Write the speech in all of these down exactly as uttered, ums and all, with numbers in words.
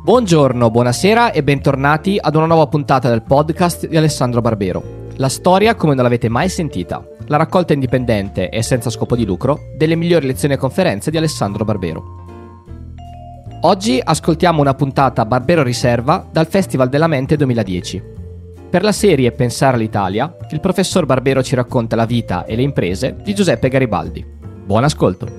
Buongiorno, buonasera e bentornati ad una nuova puntata del podcast di Alessandro Barbero. La storia come non l'avete mai sentita. La raccolta indipendente e senza scopo di lucro delle migliori lezioni e conferenze di Alessandro Barbero. Oggi ascoltiamo una puntata Barbero Riserva dal Festival della Mente duemiladieci. Per la serie Pensare all'Italia, il professor Barbero ci racconta la vita e le imprese di Giuseppe Garibaldi. Buon ascolto!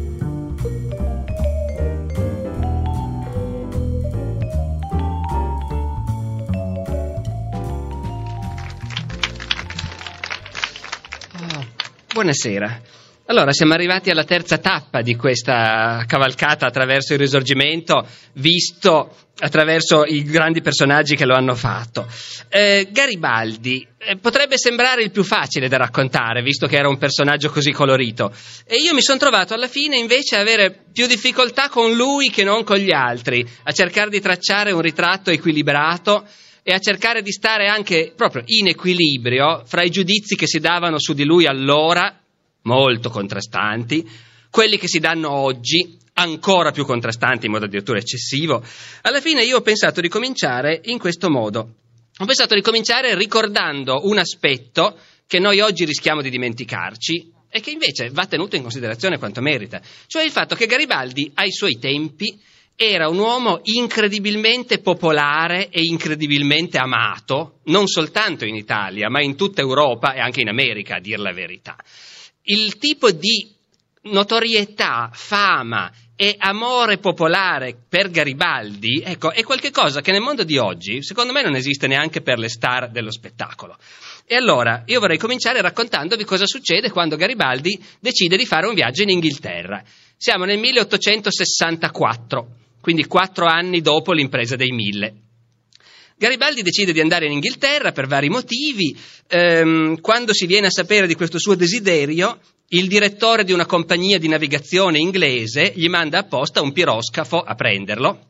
Buonasera. Allora, siamo arrivati alla terza tappa di questa cavalcata attraverso il Risorgimento, visto attraverso i grandi personaggi che lo hanno fatto. Eh, Garibaldi eh, potrebbe sembrare il più facile da raccontare, visto che era un personaggio così colorito. E io mi sono trovato alla fine invece a avere più difficoltà con lui che non con gli altri, a cercare di tracciare un ritratto equilibrato e a cercare di stare anche proprio in equilibrio fra i giudizi che si davano su di lui allora, molto contrastanti, quelli che si danno oggi, ancora più contrastanti in modo addirittura eccessivo. Alla fine io ho pensato di cominciare in questo modo. Ho pensato di cominciare ricordando un aspetto che noi oggi rischiamo di dimenticarci e che invece va tenuto in considerazione quanto merita, cioè il fatto che Garibaldi ai suoi tempi era un uomo incredibilmente popolare e incredibilmente amato, non soltanto in Italia, ma in tutta Europa e anche in America, a dir la verità. Il tipo di notorietà, fama e amore popolare per Garibaldi, ecco, è qualcosa che nel mondo di oggi, secondo me, non esiste neanche per le star dello spettacolo. E allora, io vorrei cominciare raccontandovi cosa succede quando Garibaldi decide di fare un viaggio in Inghilterra. Siamo nel milleottocentosessantaquattro. Quindi quattro anni dopo l'impresa dei Mille. Garibaldi decide di andare in Inghilterra per vari motivi. Ehm, quando si viene a sapere di questo suo desiderio, il direttore di una compagnia di navigazione inglese gli manda apposta un piroscafo a prenderlo.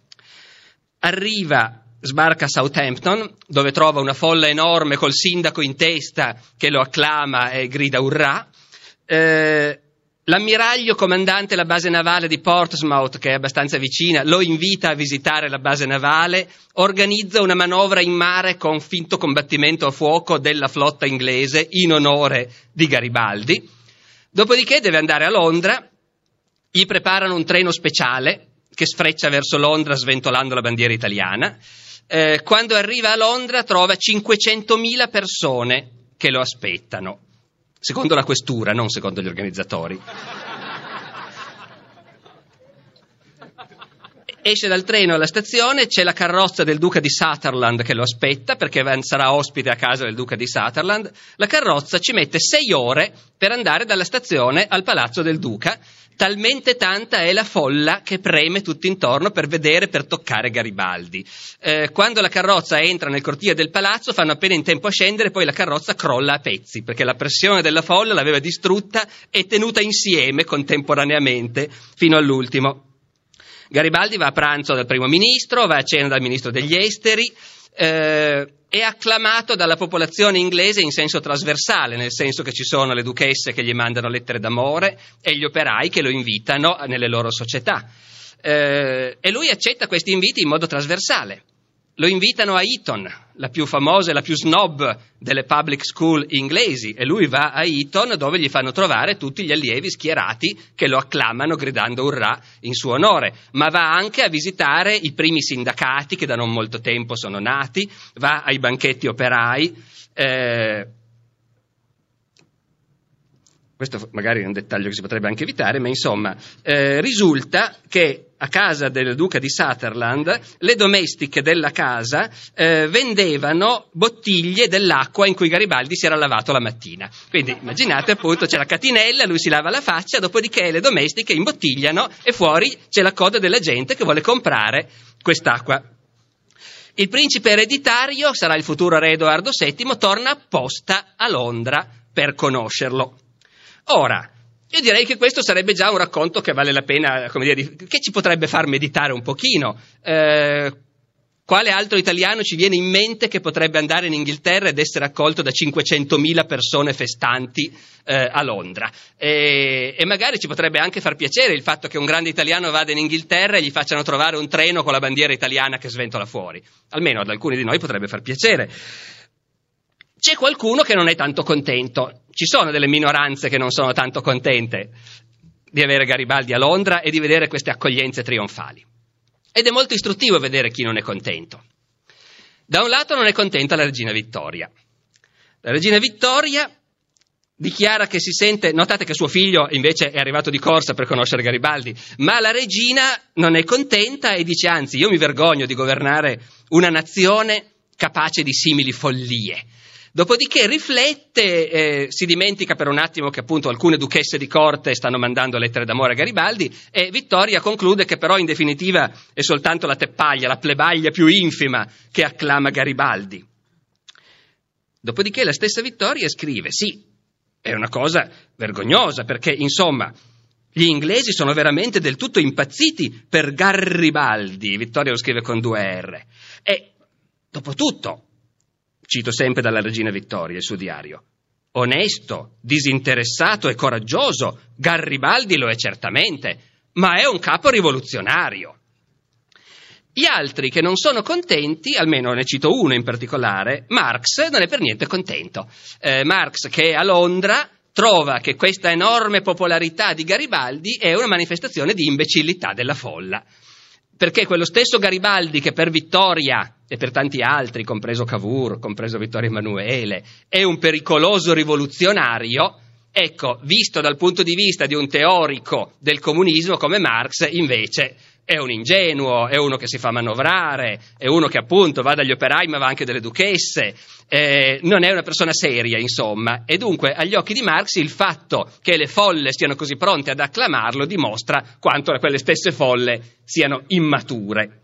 Arriva, sbarca a Southampton, dove trova una folla enorme col sindaco in testa che lo acclama e grida urrà. Eh, L'ammiraglio comandante la base navale di Portsmouth, che è abbastanza vicina, lo invita a visitare la base navale, organizza una manovra in mare con finto combattimento a fuoco della flotta inglese in onore di Garibaldi. Dopodiché deve andare a Londra, gli preparano un treno speciale che sfreccia verso Londra sventolando la bandiera italiana. Eh, quando arriva a Londra trova cinquecentomila persone che lo aspettano. Secondo la questura, non secondo gli organizzatori. Esce dal treno alla stazione, c'è la carrozza del duca di Sutherland che lo aspetta, perché sarà ospite a casa del duca di Sutherland. La carrozza ci mette sei ore per andare dalla stazione al palazzo del duca. Talmente tanta è la folla che preme tutto intorno per vedere, per toccare Garibaldi. Eh, quando la carrozza entra nel cortile del palazzo fanno appena in tempo a scendere, poi la carrozza crolla a pezzi, perché la pressione della folla l'aveva distrutta e tenuta insieme contemporaneamente fino all'ultimo. Garibaldi va a pranzo dal primo ministro, va a cena dal ministro degli esteri, eh, è acclamato dalla popolazione inglese in senso trasversale, nel senso che ci sono le duchesse che gli mandano lettere d'amore e gli operai che lo invitano nelle loro società. Eh, e lui accetta questi inviti in modo trasversale. Lo invitano a Eton, la più famosa e la più snob delle public school inglesi, e lui va a Eton dove gli fanno trovare tutti gli allievi schierati che lo acclamano gridando urrà in suo onore, ma va anche a visitare i primi sindacati che da non molto tempo sono nati, va ai banchetti operai. Eh, questo magari è un dettaglio che si potrebbe anche evitare, ma insomma eh, risulta che a casa del duca di Sutherland le domestiche della casa eh, vendevano bottiglie dell'acqua in cui Garibaldi si era lavato la mattina. Quindi immaginate, appunto, c'è la catinella, lui si lava la faccia, dopodiché le domestiche imbottigliano e fuori c'è la coda della gente che vuole comprare quest'acqua. Il principe ereditario, sarà il futuro re Edoardo settimo, torna apposta a Londra per conoscerlo. Ora, io direi che questo sarebbe già un racconto che vale la pena, come dire, che ci potrebbe far meditare un pochino. Eh, Quale altro italiano ci viene in mente che potrebbe andare in Inghilterra ed essere accolto da cinquecentomila persone festanti eh, a Londra? E, e magari ci potrebbe anche far piacere il fatto che un grande italiano vada in Inghilterra e gli facciano trovare un treno con la bandiera italiana che sventola fuori. Almeno ad alcuni di noi potrebbe far piacere. C'è qualcuno che non è tanto contento. Ci sono delle minoranze che non sono tanto contente di avere Garibaldi a Londra e di vedere queste accoglienze trionfali. Ed è molto istruttivo vedere chi non è contento. Da un lato non è contenta la regina Vittoria. La regina Vittoria dichiara che si sente, notate che suo figlio invece è arrivato di corsa per conoscere Garibaldi, ma la regina non è contenta e dice anzi io mi vergogno di governare una nazione capace di simili follie. Dopodiché riflette, eh, si dimentica per un attimo che appunto alcune duchesse di corte stanno mandando lettere d'amore a Garibaldi e Vittoria conclude che però in definitiva è soltanto la teppaglia, la plebaglia più infima che acclama Garibaldi. Dopodiché la stessa Vittoria scrive, sì, è una cosa vergognosa perché insomma gli inglesi sono veramente del tutto impazziti per Garibaldi, Vittoria lo scrive con due R, e dopo tutto, cito sempre dalla regina Vittoria il suo diario, onesto, disinteressato e coraggioso, Garibaldi lo è certamente, ma è un capo rivoluzionario. Gli altri che non sono contenti, almeno ne cito uno in particolare, Marx non è per niente contento. Eh, Marx che è a Londra trova che questa enorme popolarità di Garibaldi è una manifestazione di imbecillità della folla. Perché quello stesso Garibaldi che per Vittoria e per tanti altri, compreso Cavour, compreso Vittorio Emanuele, è un pericoloso rivoluzionario, ecco, visto dal punto di vista di un teorico del comunismo come Marx, invece è un ingenuo, è uno che si fa manovrare, è uno che appunto va dagli operai ma va anche dalle duchesse, eh, non è una persona seria insomma, e dunque agli occhi di Marx il fatto che le folle siano così pronte ad acclamarlo dimostra quanto quelle stesse folle siano immature.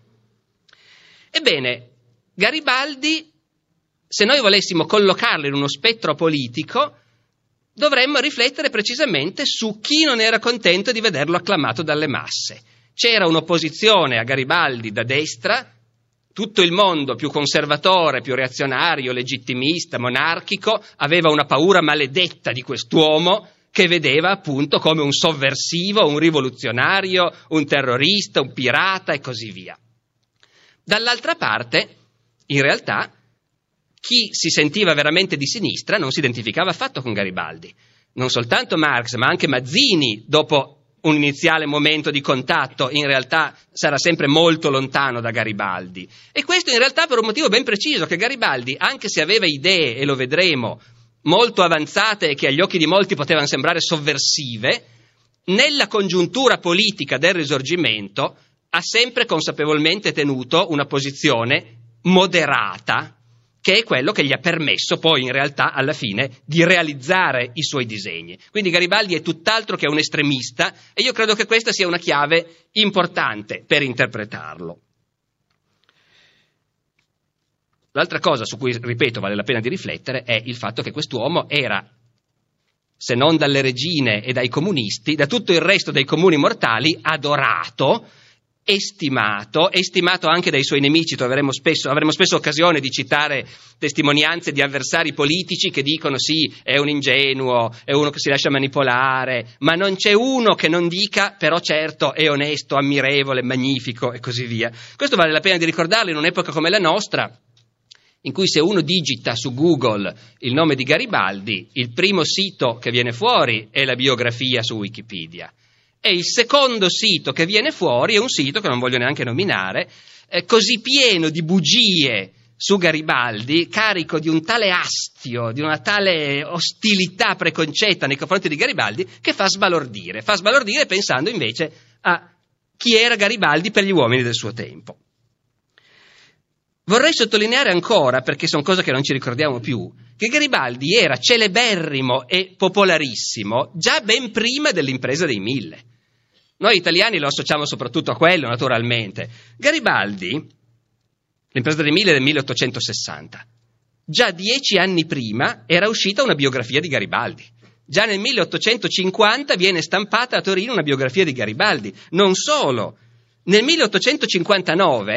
Ebbene, Garibaldi, se noi volessimo collocarlo in uno spettro politico, dovremmo riflettere precisamente su chi non era contento di vederlo acclamato dalle masse. C'era un'opposizione a Garibaldi da destra, tutto il mondo più conservatore, più reazionario, legittimista, monarchico, aveva una paura maledetta di quest'uomo che vedeva appunto come un sovversivo, un rivoluzionario, un terrorista, un pirata e così via. Dall'altra parte, in realtà, chi si sentiva veramente di sinistra non si identificava affatto con Garibaldi. Non soltanto Marx, ma anche Mazzini, dopo un iniziale momento di contatto, in realtà sarà sempre molto lontano da Garibaldi. E questo in realtà per un motivo ben preciso, che Garibaldi, anche se aveva idee, e lo vedremo, molto avanzate e che agli occhi di molti potevano sembrare sovversive, nella congiuntura politica del Risorgimento ha sempre consapevolmente tenuto una posizione moderata, che è quello che gli ha permesso poi in realtà alla fine di realizzare i suoi disegni. Quindi Garibaldi è tutt'altro che un estremista e io credo che questa sia una chiave importante per interpretarlo. L'altra cosa su cui, ripeto, vale la pena di riflettere è il fatto che quest'uomo era, se non dalle regine e dai comunisti, da tutto il resto dei comuni mortali, adorato, estimato, estimato anche dai suoi nemici. Troveremo spesso, avremo spesso occasione di citare testimonianze di avversari politici che dicono sì, è un ingenuo, è uno che si lascia manipolare, ma non c'è uno che non dica però certo è onesto, ammirevole, magnifico e così via. Questo vale la pena di ricordarlo in un'epoca come la nostra, in cui se uno digita su Google il nome di Garibaldi, il primo sito che viene fuori è la biografia su Wikipedia. E il secondo sito che viene fuori è un sito che non voglio neanche nominare, eh, così pieno di bugie su Garibaldi, carico di un tale astio, di una tale ostilità preconcetta nei confronti di Garibaldi, che fa sbalordire, fa sbalordire pensando invece a chi era Garibaldi per gli uomini del suo tempo. Vorrei sottolineare ancora, perché sono cose che non ci ricordiamo più, che Garibaldi era celeberrimo e popolarissimo già ben prima dell'impresa dei Mille. Noi italiani lo associamo soprattutto a quello, naturalmente. Garibaldi, l'impresa dei Mille è del milleottocentosessanta, già dieci anni prima era uscita una biografia di Garibaldi. Già nel milleottocentocinquanta viene stampata a Torino una biografia di Garibaldi. Non solo, nel milleottocentocinquantanove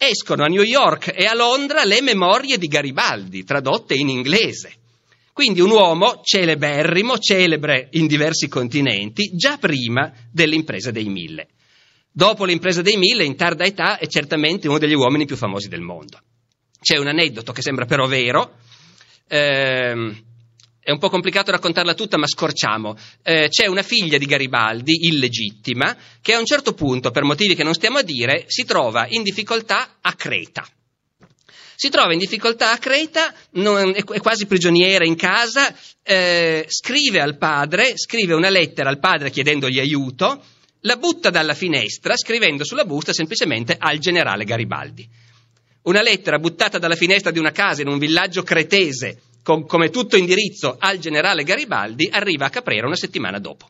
escono a New York e a Londra le memorie di Garibaldi, tradotte in inglese. Quindi un uomo celeberrimo, celebre in diversi continenti, già prima dell'impresa dei Mille. Dopo l'impresa dei Mille, in tarda età, è certamente uno degli uomini più famosi del mondo. C'è un aneddoto che sembra però vero, ehm, è un po' complicato raccontarla tutta, ma scorciamo. Eh, c'è una figlia di Garibaldi, illegittima, che a un certo punto, per motivi che non stiamo a dire, si trova in difficoltà a Creta. Si trova in difficoltà a Creta, non, è, è quasi prigioniera in casa, eh, scrive al padre, scrive una lettera al padre chiedendogli aiuto, la butta dalla finestra scrivendo sulla busta semplicemente al generale Garibaldi. Una lettera buttata dalla finestra di una casa in un villaggio cretese con come tutto indirizzo al generale Garibaldi arriva a Caprera una settimana dopo.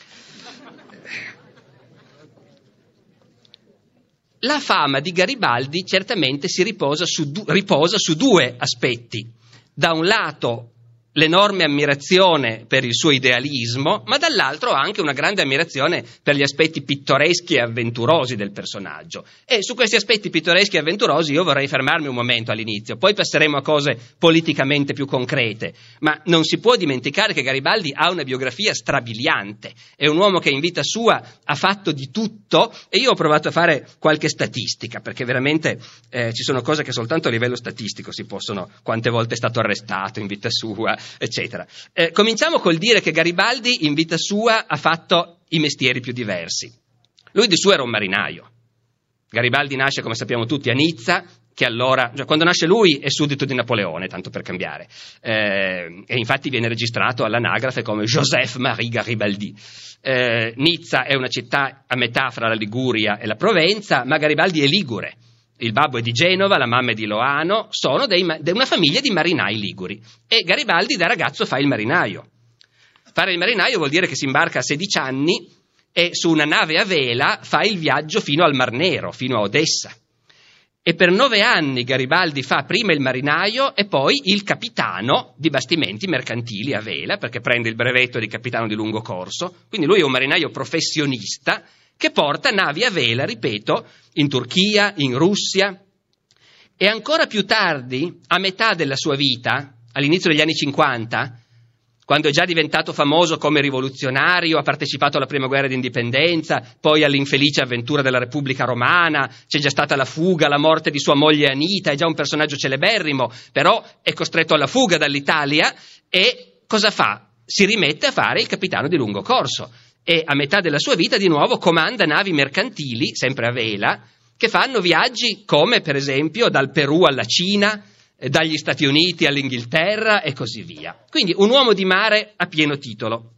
La fama di Garibaldi certamente si riposa su, du- riposa su due aspetti. Da un lato l'enorme ammirazione per il suo idealismo, ma dall'altro anche una grande ammirazione per gli aspetti pittoreschi e avventurosi del personaggio. E su questi aspetti pittoreschi e avventurosi io vorrei fermarmi un momento all'inizio, poi passeremo a cose politicamente più concrete. Ma non si può dimenticare che Garibaldi ha una biografia strabiliante, è un uomo che in vita sua ha fatto di tutto, e io ho provato a fare qualche statistica, perché veramente eh, ci sono cose che soltanto a livello statistico si possono, quante volte è stato arrestato in vita sua, eccetera. Eh, cominciamo col dire che Garibaldi in vita sua ha fatto i mestieri più diversi. Lui di suo era un marinaio. Garibaldi nasce, come sappiamo tutti, a Nizza, che allora, cioè, quando nasce lui è suddito di Napoleone, tanto per cambiare, eh, e infatti viene registrato all'anagrafe come Joseph Marie Garibaldi. Eh, Nizza è una città a metà fra la Liguria e la Provenza, ma Garibaldi è ligure. Il babbo è di Genova, la mamma è di Loano, sono dei, de una famiglia di marinai liguri. E Garibaldi da ragazzo fa il marinaio. Fare il marinaio vuol dire che si imbarca a sedici anni e su una nave a vela fa il viaggio fino al Mar Nero, fino a Odessa. E per nove anni Garibaldi fa prima il marinaio e poi il capitano di bastimenti mercantili a vela, perché prende il brevetto di capitano di lungo corso. Quindi lui è un marinaio professionista che porta navi a vela, ripeto, in Turchia, in Russia. E ancora più tardi, a metà della sua vita, all'inizio degli anni cinquanta, quando è già diventato famoso come rivoluzionario, ha partecipato alla prima guerra d'indipendenza, poi all'infelice avventura della Repubblica Romana, c'è già stata la fuga, la morte di sua moglie Anita, è già un personaggio celeberrimo, però è costretto alla fuga dall'Italia e cosa fa? Si rimette a fare il capitano di lungo corso. E a metà della sua vita di nuovo comanda navi mercantili, sempre a vela, che fanno viaggi come per esempio dal Perù alla Cina, dagli Stati Uniti all'Inghilterra e così via. Quindi un uomo di mare a pieno titolo.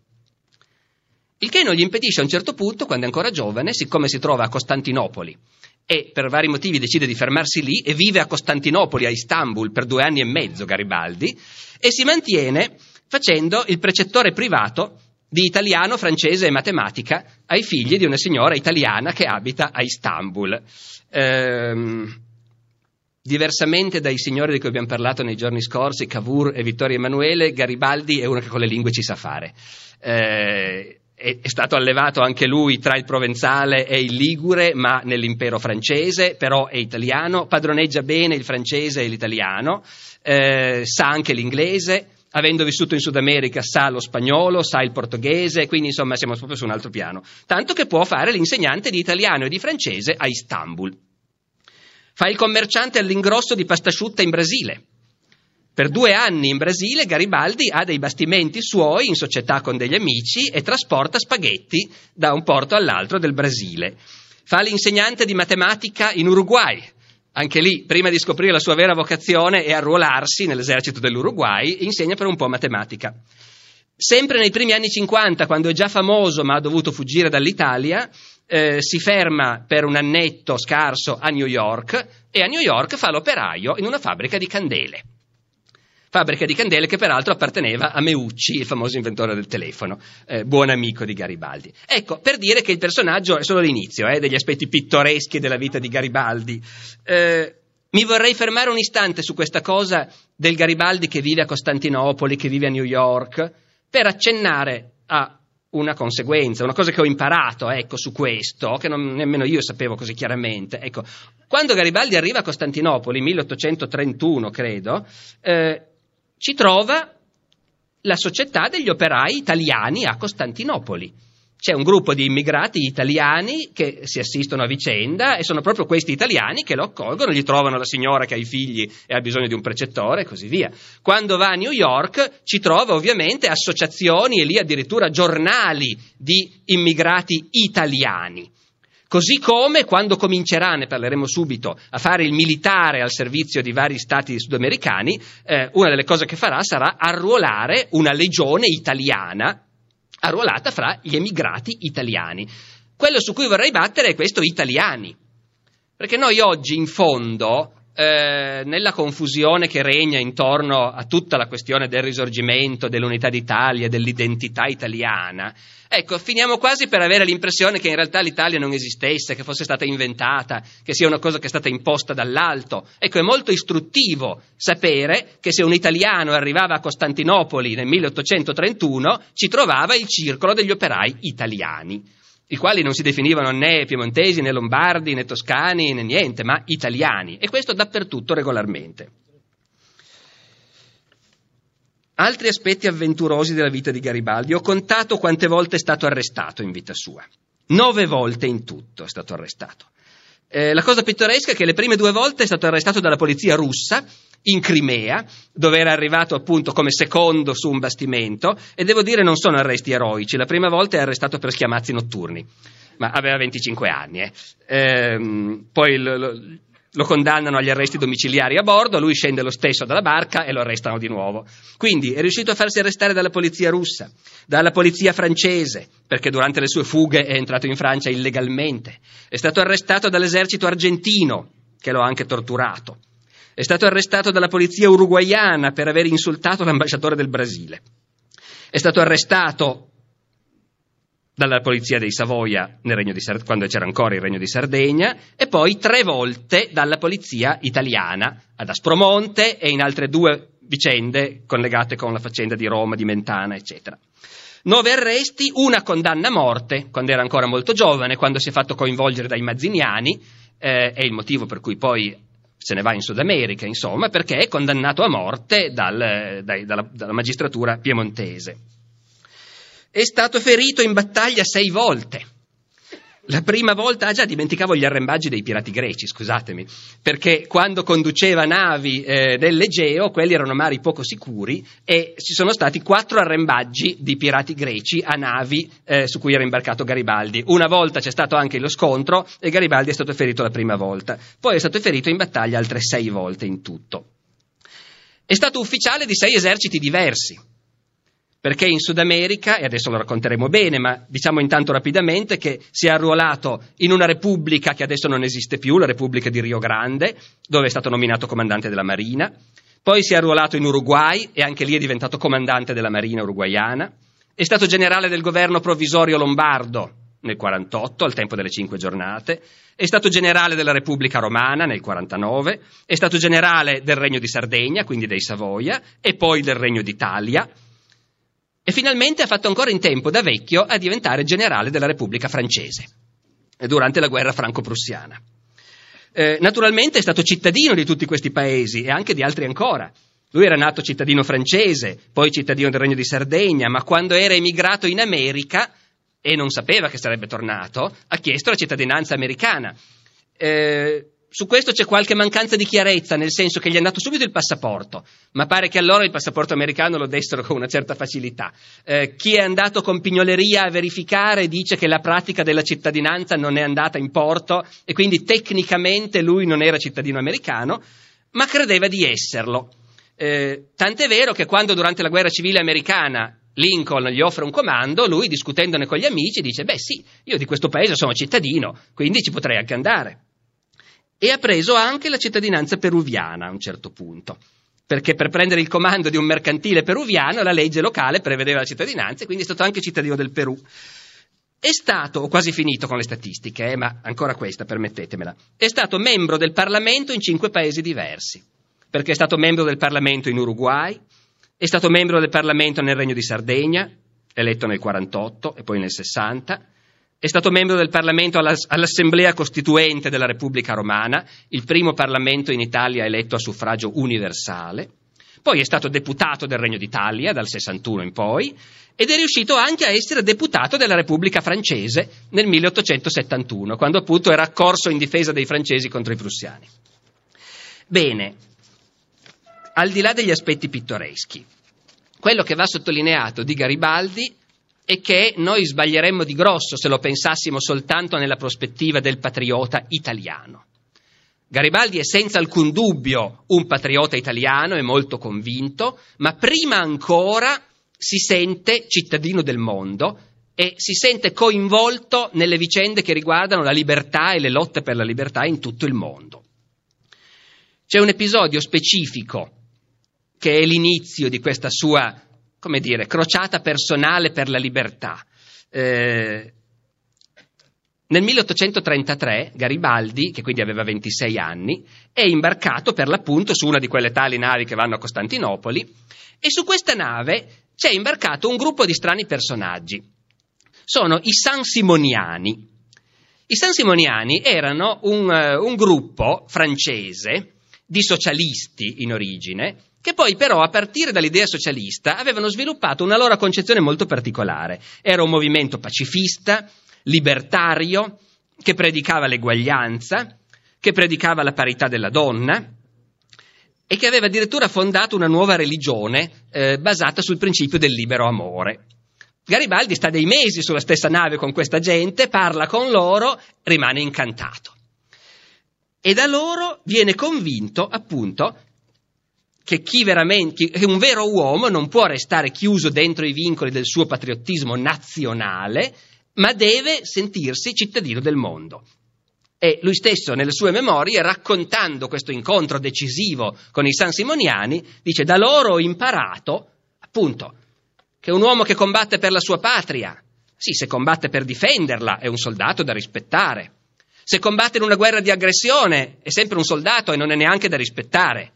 Il che non gli impedisce a un certo punto, quando è ancora giovane, siccome si trova a Costantinopoli e per vari motivi decide di fermarsi lì e vive a Costantinopoli, a Istanbul, per due anni e mezzo Garibaldi, e si mantiene facendo il precettore privato di italiano, francese e matematica ai figli di una signora italiana che abita a Istanbul. Ehm, diversamente dai signori di cui abbiamo parlato nei giorni scorsi, Cavour e Vittorio Emanuele, Garibaldi è uno che con le lingue ci sa fare. Eh, è, è stato allevato anche lui tra il provenzale e il ligure, ma nell'impero francese, però è italiano, padroneggia bene il francese e l'italiano, eh, sa anche l'inglese. Avendo vissuto in Sud America sa lo spagnolo, sa il portoghese, quindi insomma siamo proprio su un altro piano. Tanto che può fare l'insegnante di italiano e di francese a Istanbul. Fa il commerciante all'ingrosso di pasta asciutta in Brasile. Per due anni in Brasile Garibaldi ha dei bastimenti suoi in società con degli amici e trasporta spaghetti da un porto all'altro del Brasile. Fa l'insegnante di matematica in Uruguay. Anche lì, prima di scoprire la sua vera vocazione e arruolarsi nell'esercito dell'Uruguay, insegna per un po' matematica. Sempre nei primi anni cinquanta, quando è già famoso ma ha dovuto fuggire dall'Italia, eh, si ferma per un annetto scarso a New York e a New York fa l'operaio in una fabbrica di candele. Fabbrica di candele che peraltro apparteneva a Meucci, il famoso inventore del telefono, eh, buon amico di Garibaldi. Ecco, per dire che il personaggio è solo l'inizio eh, degli aspetti pittoreschi della vita di Garibaldi. Eh, mi vorrei fermare un istante su questa cosa del Garibaldi che vive a Costantinopoli, che vive a New York, per accennare a una conseguenza, una cosa che ho imparato, ecco, su questo, che non, nemmeno io sapevo così chiaramente. Ecco, quando Garibaldi arriva a Costantinopoli, milleottocentotrentuno credo, eh, ci trova la società degli operai italiani a Costantinopoli. C'è un gruppo di immigrati italiani che si assistono a vicenda e sono proprio questi italiani che lo accolgono, gli trovano la signora che ha i figli e ha bisogno di un precettore e così via. Quando va a New York ci trova ovviamente associazioni e lì addirittura giornali di immigrati italiani. Così come quando comincerà, ne parleremo subito, a fare il militare al servizio di vari stati sudamericani, eh, una delle cose che farà sarà arruolare una legione italiana arruolata fra gli emigrati italiani. Quello su cui vorrei battere è questo italiani, perché noi oggi in fondo, eh, nella confusione che regna intorno a tutta la questione del risorgimento, dell'unità d'Italia, dell'identità italiana, ecco, finiamo quasi per avere l'impressione che in realtà l'Italia non esistesse, che fosse stata inventata, che sia una cosa che è stata imposta dall'alto. Ecco, è molto istruttivo sapere che se un italiano arrivava a Costantinopoli nel milleottocentotrentuno ci trovava il circolo degli operai italiani, i quali non si definivano né piemontesi, né lombardi, né toscani, né niente, ma italiani, e questo dappertutto regolarmente. Altri aspetti avventurosi della vita di Garibaldi. Ho contato quante volte è stato arrestato in vita sua. Nove volte in tutto è stato arrestato. Eh, la cosa pittoresca è che le prime due volte è stato arrestato dalla polizia russa in Crimea, dove era arrivato appunto come secondo su un bastimento, e devo dire non sono arresti eroici. La prima volta è arrestato per schiamazzi notturni, ma aveva venticinque anni. Eh. Ehm, poi lo, lo, lo condannano agli arresti domiciliari a bordo, lui scende lo stesso dalla barca e lo arrestano di nuovo. Quindi è riuscito a farsi arrestare dalla polizia russa, dalla polizia francese, perché durante le sue fughe è entrato in Francia illegalmente. È stato arrestato dall'esercito argentino, che lo ha anche torturato. È stato arrestato dalla polizia uruguaiana per aver insultato l'ambasciatore del Brasile. È stato arrestato dalla polizia dei Savoia nel Regno di Sard- quando c'era ancora il Regno di Sardegna, e poi tre volte dalla polizia italiana ad Aspromonte e in altre due vicende collegate con la faccenda di Roma, di Mentana, eccetera. Nove arresti, una condanna a morte quando era ancora molto giovane, quando si è fatto coinvolgere dai mazziniani, eh, è il motivo per cui poi se ne va in Sud America, insomma, perché è condannato a morte dal, dai, dalla, dalla magistratura piemontese. È stato ferito in battaglia sei volte. La prima volta, ah già, dimenticavo gli arrembaggi dei pirati greci, scusatemi, perché quando conduceva navi eh, nell'Egeo, quelli erano mari poco sicuri, e ci sono stati quattro arrembaggi di pirati greci a navi eh, su cui era imbarcato Garibaldi. Una volta c'è stato anche lo scontro e Garibaldi è stato ferito la prima volta, poi è stato ferito in battaglia altre sei volte in tutto. È stato ufficiale di sei eserciti diversi, perché in Sud America, e adesso lo racconteremo bene, ma diciamo intanto rapidamente che si è arruolato in una repubblica che adesso non esiste più, la Repubblica di Rio Grande, dove è stato nominato comandante della Marina, poi si è arruolato in Uruguay e anche lì è diventato comandante della Marina uruguaiana, è stato generale del governo provvisorio lombardo nel quarantotto, al tempo delle cinque giornate, è stato generale della Repubblica Romana nel quarantanove, è stato generale del Regno di Sardegna, quindi dei Savoia, e poi del Regno d'Italia, e finalmente ha fatto ancora in tempo da vecchio a diventare generale della Repubblica Francese durante la guerra franco-prussiana. Eh, naturalmente è stato cittadino di tutti questi paesi e anche di altri ancora. Lui era nato cittadino francese, poi cittadino del Regno di Sardegna, ma quando era emigrato in America e non sapeva che sarebbe tornato, ha chiesto la cittadinanza americana. Eh, Su questo c'è qualche mancanza di chiarezza, nel senso che gli è andato subito il passaporto, ma pare che allora il passaporto americano lo dessero con una certa facilità. Eh, chi è andato con pignoleria a verificare dice che la pratica della cittadinanza non è andata in porto e quindi tecnicamente lui non era cittadino americano, ma credeva di esserlo. Eh, tant'è vero che quando durante la guerra civile americana Lincoln gli offre un comando, lui discutendone con gli amici dice: beh sì, io di questo paese sono cittadino, quindi ci potrei anche andare. E ha preso anche la cittadinanza peruviana a un certo punto, perché per prendere il comando di un mercantile peruviano la legge locale prevedeva la cittadinanza e quindi è stato anche cittadino del Perù. È stato, ho quasi finito con le statistiche, eh, ma ancora questa, permettetemela, è stato membro del Parlamento in cinque paesi diversi, perché è stato membro del Parlamento in Uruguay, è stato membro del Parlamento nel Regno di Sardegna, eletto nel quarantotto e poi nel sessanta. È stato membro del Parlamento alla, all'Assemblea Costituente della Repubblica Romana, il primo Parlamento in Italia eletto a suffragio universale. Poi è stato deputato del Regno d'Italia dal sessantuno in poi ed è riuscito anche a essere deputato della Repubblica Francese nel milleottocentosettantuno, quando appunto era accorso in difesa dei francesi contro i prussiani. Bene, al di là degli aspetti pittoreschi, quello che va sottolineato di Garibaldi è che noi sbaglieremmo di grosso se lo pensassimo soltanto nella prospettiva del patriota italiano. Garibaldi è senza alcun dubbio un patriota italiano, è molto convinto, ma prima ancora si sente cittadino del mondo e si sente coinvolto nelle vicende che riguardano la libertà e le lotte per la libertà in tutto il mondo. C'è un episodio specifico che è l'inizio di questa sua, come dire, crociata personale per la libertà. Eh, Nel milleottocentotrentatré Garibaldi, che quindi aveva ventisei anni, è imbarcato per l'appunto su una di quelle tali navi che vanno a Costantinopoli e su questa nave c'è imbarcato un gruppo di strani personaggi. Sono i Saint-Simoniani. I Saint-Simoniani erano un, uh, un gruppo francese di socialisti in origine, che poi però a partire dall'idea socialista avevano sviluppato una loro concezione molto particolare. Era un movimento pacifista, libertario, che predicava l'eguaglianza, che predicava la parità della donna e che aveva addirittura fondato una nuova religione eh, basata sul principio del libero amore. Garibaldi sta dei mesi sulla stessa nave con questa gente, parla con loro, rimane incantato. E da loro viene convinto, appunto, che chi veramente, che un vero uomo non può restare chiuso dentro i vincoli del suo patriottismo nazionale, ma deve sentirsi cittadino del mondo. E lui stesso, nelle sue memorie, raccontando questo incontro decisivo con i Saint-Simoniani, dice: da loro ho imparato, appunto, che un uomo che combatte per la sua patria, sì, se combatte per difenderla, è un soldato da rispettare. Se combatte in una guerra di aggressione, è sempre un soldato e non è neanche da rispettare.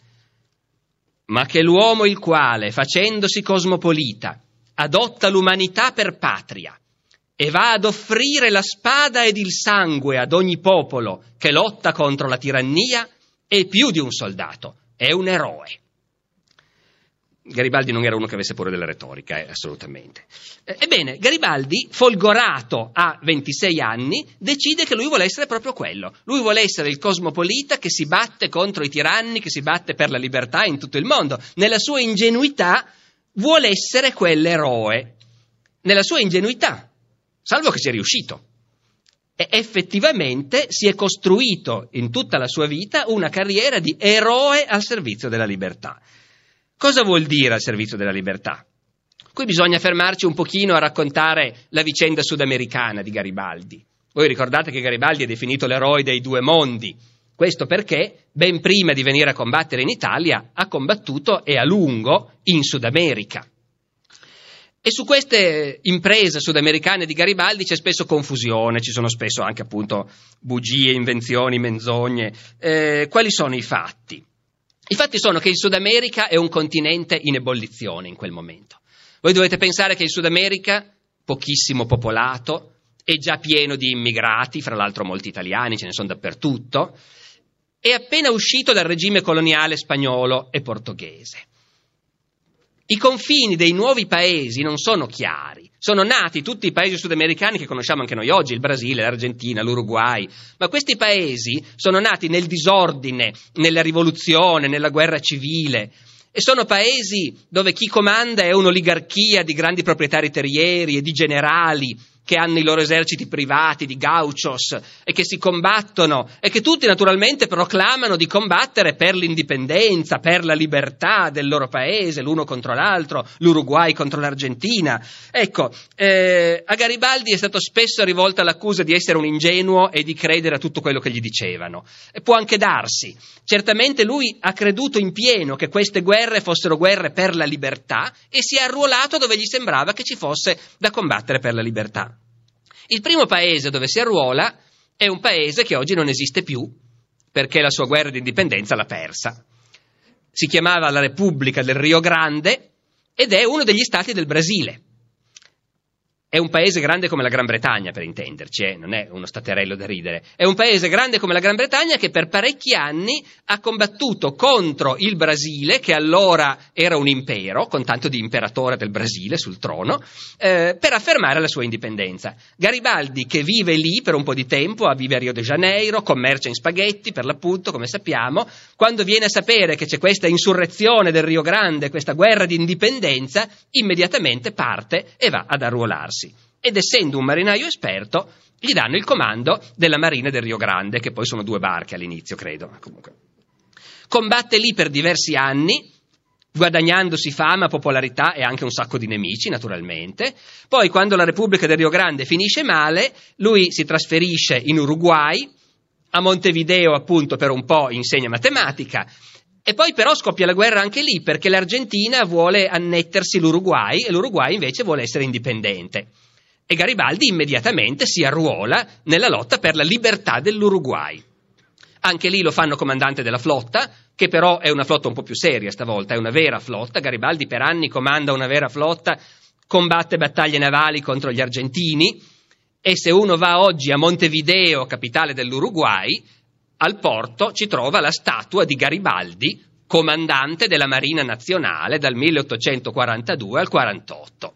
Ma che l'uomo il quale, facendosi cosmopolita, adotta l'umanità per patria, e va ad offrire la spada ed il sangue ad ogni popolo che lotta contro la tirannia, è più di un soldato, è un eroe. Garibaldi non era uno che avesse pure della retorica, eh, assolutamente. Ebbene, Garibaldi, folgorato a ventisei anni, decide che lui vuole essere proprio quello. Lui vuole essere il cosmopolita che si batte contro i tiranni, che si batte per la libertà in tutto il mondo. Nella sua ingenuità vuole essere quell'eroe. Nella sua ingenuità. Salvo che sia riuscito. E effettivamente si è costruito in tutta la sua vita una carriera di eroe al servizio della libertà. Cosa vuol dire al servizio della libertà? Qui bisogna fermarci un pochino a raccontare la vicenda sudamericana di Garibaldi. Voi ricordate che Garibaldi è definito l'eroe dei due mondi. Questo perché, ben prima di venire a combattere in Italia, ha combattuto e a lungo in Sud America. E su queste imprese sudamericane di Garibaldi c'è spesso confusione, ci sono spesso anche appunto bugie, invenzioni, menzogne. Eh, quali sono i fatti? I fatti sono che il Sud America è un continente in ebollizione in quel momento. Voi dovete pensare che il Sud America, pochissimo popolato, è già pieno di immigrati, fra l'altro molti italiani, ce ne sono dappertutto, è appena uscito dal regime coloniale spagnolo e portoghese. I confini dei nuovi paesi non sono chiari, sono nati tutti i paesi sudamericani che conosciamo anche noi oggi, il Brasile, l'Argentina, l'Uruguay, ma questi paesi sono nati nel disordine, nella rivoluzione, nella guerra civile, e sono paesi dove chi comanda è un'oligarchia di grandi proprietari terrieri e di generali che hanno i loro eserciti privati di gauchos e che si combattono e che tutti naturalmente proclamano di combattere per l'indipendenza, per la libertà del loro paese, l'uno contro l'altro, l'Uruguay contro l'Argentina. Ecco, eh, a Garibaldi è stato spesso rivolta l'accusa di essere un ingenuo e di credere a tutto quello che gli dicevano. E può anche darsi. Certamente lui ha creduto in pieno che queste guerre fossero guerre per la libertà e si è arruolato dove gli sembrava che ci fosse da combattere per la libertà. Il primo paese dove si arruola è un paese che oggi non esiste più, perché la sua guerra di indipendenza l'ha persa. Si chiamava la Repubblica del Rio Grande ed è uno degli stati del Brasile. è un paese grande come la Gran Bretagna, per intenderci, eh? Non è uno staterello da ridere, è un paese grande come la Gran Bretagna che per parecchi anni ha combattuto contro il Brasile, che allora era un impero, con tanto di imperatore del Brasile sul trono, eh, per affermare la sua indipendenza. Garibaldi, che vive lì per un po' di tempo, vive a Rio de Janeiro, commercia in spaghetti per l'appunto, come sappiamo, quando viene a sapere che c'è questa insurrezione del Rio Grande, questa guerra di indipendenza, immediatamente parte e va ad arruolarsi. Ed essendo un marinaio esperto, gli danno il comando della Marina del Rio Grande, che poi sono due barche all'inizio, credo, ma comunque. Combatte lì per diversi anni, guadagnandosi fama, popolarità e anche un sacco di nemici, naturalmente. Poi, quando la Repubblica del Rio Grande finisce male, lui si trasferisce in Uruguay, a Montevideo appunto per un po' insegna matematica, e poi però scoppia la guerra anche lì, perché l'Argentina vuole annettersi l'Uruguay e l'Uruguay invece vuole essere indipendente. E Garibaldi immediatamente si arruola nella lotta per la libertà dell'Uruguay. Anche lì lo fanno comandante della flotta, che però è una flotta un po' più seria stavolta, è una vera flotta. Garibaldi per anni comanda una vera flotta, combatte battaglie navali contro gli argentini, e se uno va oggi a Montevideo, capitale dell'Uruguay, al porto ci trova la statua di Garibaldi, comandante della Marina Nazionale dal milleottocentoquarantadue al quarantotto.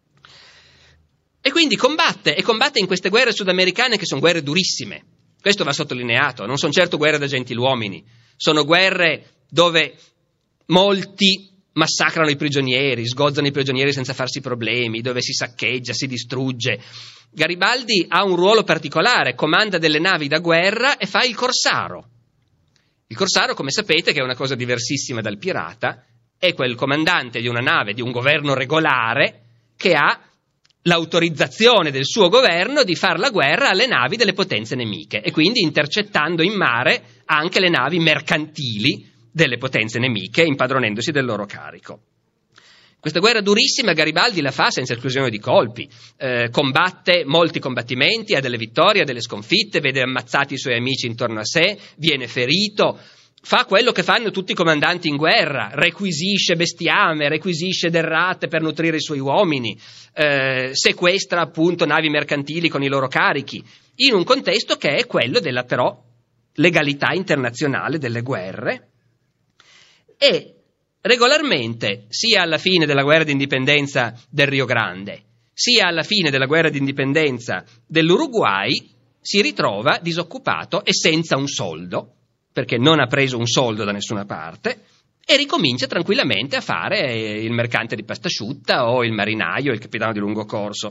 E quindi combatte, e combatte in queste guerre sudamericane che sono guerre durissime. Questo va sottolineato, non sono certo guerre da gentiluomini, sono guerre dove molti massacrano i prigionieri, sgozzano i prigionieri senza farsi problemi, dove si saccheggia, si distrugge. Garibaldi ha un ruolo particolare, comanda delle navi da guerra e fa il corsaro. Il corsaro, come sapete, che è una cosa diversissima dal pirata, è quel comandante di una nave di un governo regolare che ha l'autorizzazione del suo governo di far la guerra alle navi delle potenze nemiche e quindi intercettando in mare anche le navi mercantili delle potenze nemiche, impadronendosi del loro carico. Questa guerra durissima Garibaldi la fa senza esclusione di colpi, eh, combatte molti combattimenti, ha delle vittorie, ha delle sconfitte, vede ammazzati i suoi amici intorno a sé, viene ferito, fa quello che fanno tutti i comandanti in guerra, requisisce bestiame, requisisce derrate per nutrire i suoi uomini, eh, sequestra appunto navi mercantili con i loro carichi, in un contesto che è quello della però legalità internazionale delle guerre. E regolarmente, sia alla fine della guerra di indipendenza del Rio Grande, sia alla fine della guerra di indipendenza dell'Uruguay, si ritrova disoccupato e senza un soldo, perché non ha preso un soldo da nessuna parte, e ricomincia tranquillamente a fare il mercante di pasta asciutta o il marinaio, il capitano di lungo corso.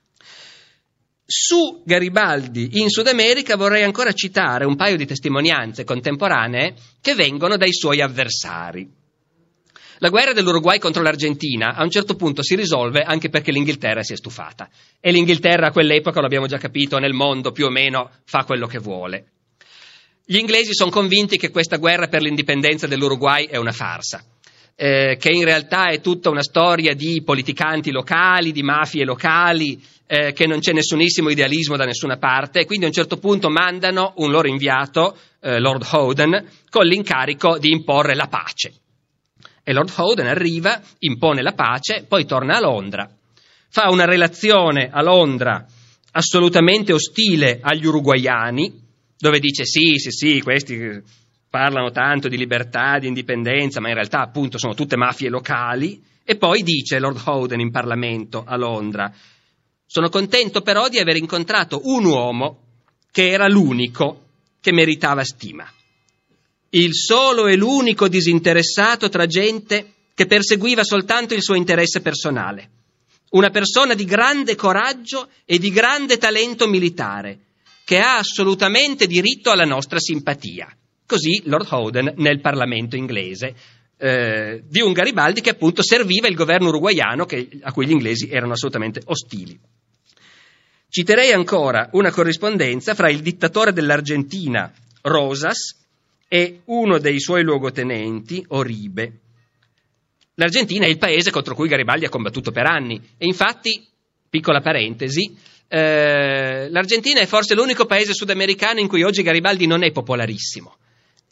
Su Garibaldi in Sud America vorrei ancora citare un paio di testimonianze contemporanee che vengono dai suoi avversari. La guerra dell'Uruguay contro l'Argentina a un certo punto si risolve anche perché l'Inghilterra si è stufata. E l'Inghilterra a quell'epoca, lo abbiamo già capito, nel mondo più o meno fa quello che vuole. Gli inglesi sono convinti che questa guerra per l'indipendenza dell'Uruguay è una farsa, eh, che in realtà è tutta una storia di politicanti locali, di mafie locali, eh, che non c'è nessunissimo idealismo da nessuna parte, e quindi a un certo punto mandano un loro inviato, eh, Lord Howden, con l'incarico di imporre la pace. E Lord Howden arriva, impone la pace, poi torna a Londra, fa una relazione a Londra assolutamente ostile agli uruguaiani, dove dice sì, sì, sì, questi parlano tanto di libertà, di indipendenza, ma in realtà appunto sono tutte mafie locali, e poi dice Lord Howden in Parlamento a Londra: sono contento però di aver incontrato un uomo che era l'unico che meritava stima. Il solo e l'unico disinteressato tra gente che perseguiva soltanto il suo interesse personale. Una persona di grande coraggio e di grande talento militare, che ha assolutamente diritto alla nostra simpatia. Così Lord Howden nel Parlamento inglese, eh, di un Garibaldi che appunto serviva il governo uruguaiano che, a cui gli inglesi erano assolutamente ostili. Citerei ancora una corrispondenza fra il dittatore dell'Argentina, Rosas, e uno dei suoi luogotenenti, Oribe. L'Argentina è il paese contro cui Garibaldi ha combattuto per anni, e infatti, piccola parentesi, eh, l'Argentina è forse l'unico paese sudamericano in cui oggi Garibaldi non è popolarissimo.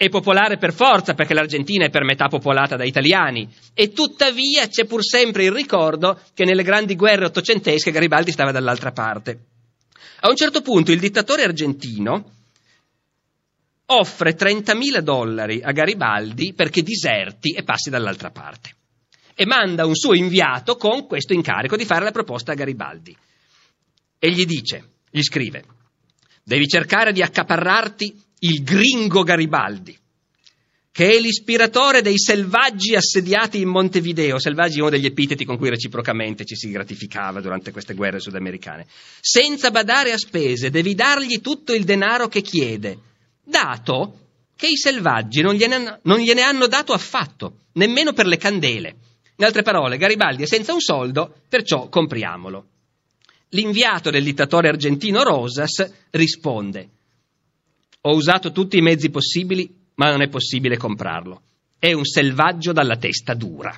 è popolare per forza, perché l'Argentina è per metà popolata da italiani, e tuttavia c'è pur sempre il ricordo che nelle grandi guerre ottocentesche Garibaldi stava dall'altra parte. A un certo punto il dittatore argentino offre trentamila dollari a Garibaldi perché diserti e passi dall'altra parte, e manda un suo inviato con questo incarico di fare la proposta a Garibaldi, e gli dice, gli scrive: devi cercare di accaparrarti il gringo Garibaldi, che è l'ispiratore dei selvaggi assediati in Montevideo. Selvaggi è uno degli epiteti con cui reciprocamente ci si gratificava durante queste guerre sudamericane. Senza badare a spese, devi dargli tutto il denaro che chiede, dato che i selvaggi non gliene, non gliene hanno dato affatto, nemmeno per le candele. In altre parole, Garibaldi è senza un soldo, perciò compriamolo. L'inviato del dittatore argentino Rosas risponde: ho usato tutti i mezzi possibili, ma non è possibile comprarlo. È un selvaggio dalla testa dura.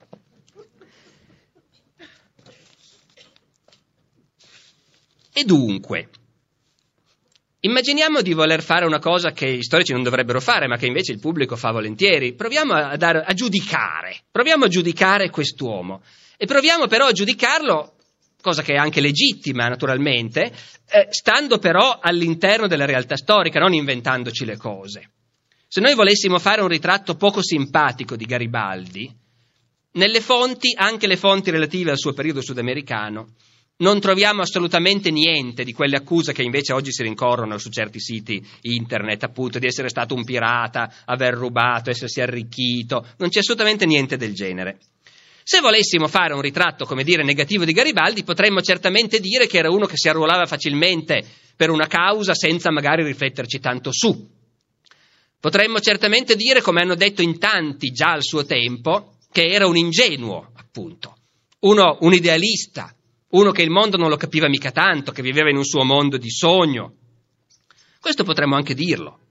E dunque, immaginiamo di voler fare una cosa che gli storici non dovrebbero fare, ma che invece il pubblico fa volentieri. Proviamo a, dare, a giudicare, proviamo a giudicare quest'uomo, e proviamo però a giudicarlo, cosa che è anche legittima naturalmente, eh, stando però all'interno della realtà storica, non inventandoci le cose. Se noi volessimo fare un ritratto poco simpatico di Garibaldi, nelle fonti, anche le fonti relative al suo periodo sudamericano, non troviamo assolutamente niente di quelle accuse che invece oggi si rincorrono su certi siti internet, appunto, di essere stato un pirata, aver rubato, essersi arricchito. Non c'è assolutamente niente del genere. Se volessimo fare un ritratto, come dire, negativo di Garibaldi, potremmo certamente dire che era uno che si arruolava facilmente per una causa senza magari rifletterci tanto su. Potremmo certamente dire, come hanno detto in tanti già al suo tempo, che era un ingenuo, appunto, uno, un idealista, uno che il mondo non lo capiva mica tanto, che viveva in un suo mondo di sogno. Questo potremmo anche dirlo.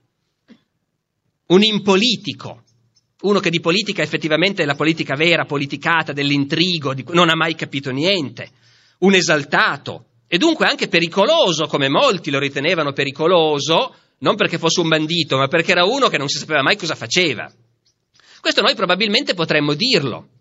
Un impolitico, uno che di politica effettivamente è la politica vera, politicata, dell'intrigo, di, non ha mai capito niente. Un esaltato, e dunque anche pericoloso, come molti lo ritenevano pericoloso, non perché fosse un bandito, ma perché era uno che non si sapeva mai cosa faceva. Questo noi probabilmente potremmo dirlo.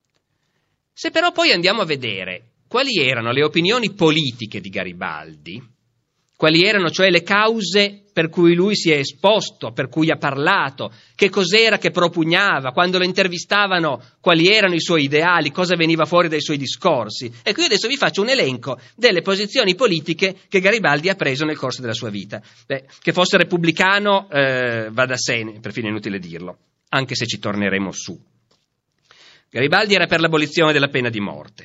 Se però poi andiamo a vedere quali erano le opinioni politiche di Garibaldi, quali erano cioè le cause per cui lui si è esposto, per cui ha parlato, che cos'era che propugnava, quando lo intervistavano quali erano i suoi ideali, cosa veniva fuori dai suoi discorsi. Ecco, io adesso vi faccio un elenco delle posizioni politiche che Garibaldi ha preso nel corso della sua vita. Beh, che fosse repubblicano eh, va da sé, perfino è inutile dirlo, anche se ci torneremo su. Garibaldi era per l'abolizione della pena di morte.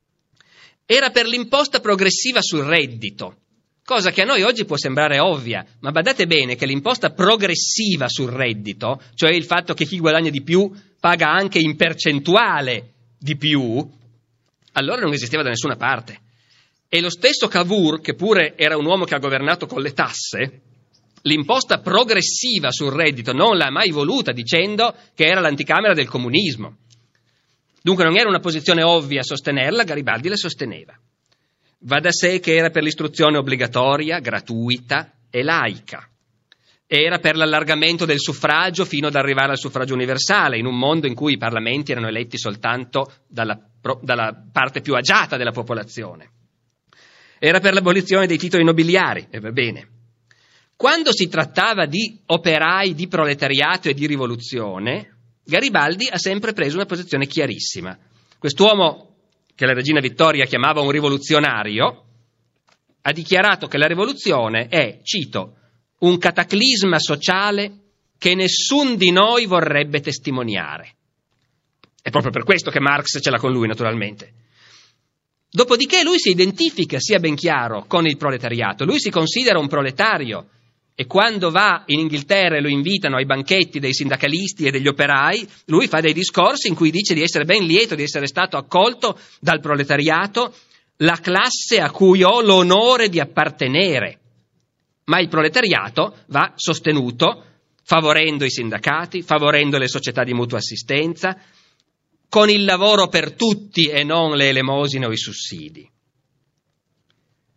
Era per l'imposta progressiva sul reddito, cosa che a noi oggi può sembrare ovvia, ma badate bene che l'imposta progressiva sul reddito, cioè il fatto che chi guadagna di più paga anche in percentuale di più, allora non esisteva da nessuna parte. E lo stesso Cavour, che pure era un uomo che ha governato con le tasse, l'imposta progressiva sul reddito non l'ha mai voluta, dicendo che era l'anticamera del comunismo. Dunque non era una posizione ovvia sostenerla, Garibaldi la sosteneva. Va da sé che era per l'istruzione obbligatoria, gratuita e laica. Era per l'allargamento del suffragio fino ad arrivare al suffragio universale, in un mondo in cui i parlamenti erano eletti soltanto dalla, dalla parte più agiata della popolazione. Era per l'abolizione dei titoli nobiliari, e va bene. Quando si trattava di operai, di proletariato e di rivoluzione, Garibaldi ha sempre preso una posizione chiarissima. Quest'uomo, che la regina Vittoria chiamava un rivoluzionario, ha dichiarato che la rivoluzione è, cito, un cataclisma sociale che nessun di noi vorrebbe testimoniare. È proprio per questo che Marx ce l'ha con lui, naturalmente. Dopodiché lui si identifica, sia ben chiaro, con il proletariato. Lui si considera un proletario. E quando va in Inghilterra e lo invitano ai banchetti dei sindacalisti e degli operai, lui fa dei discorsi in cui dice di essere ben lieto di essere stato accolto dal proletariato, la classe a cui ho l'onore di appartenere. Ma il proletariato va sostenuto, favorendo i sindacati, favorendo le società di mutua assistenza, con il lavoro per tutti e non le elemosine o i sussidi.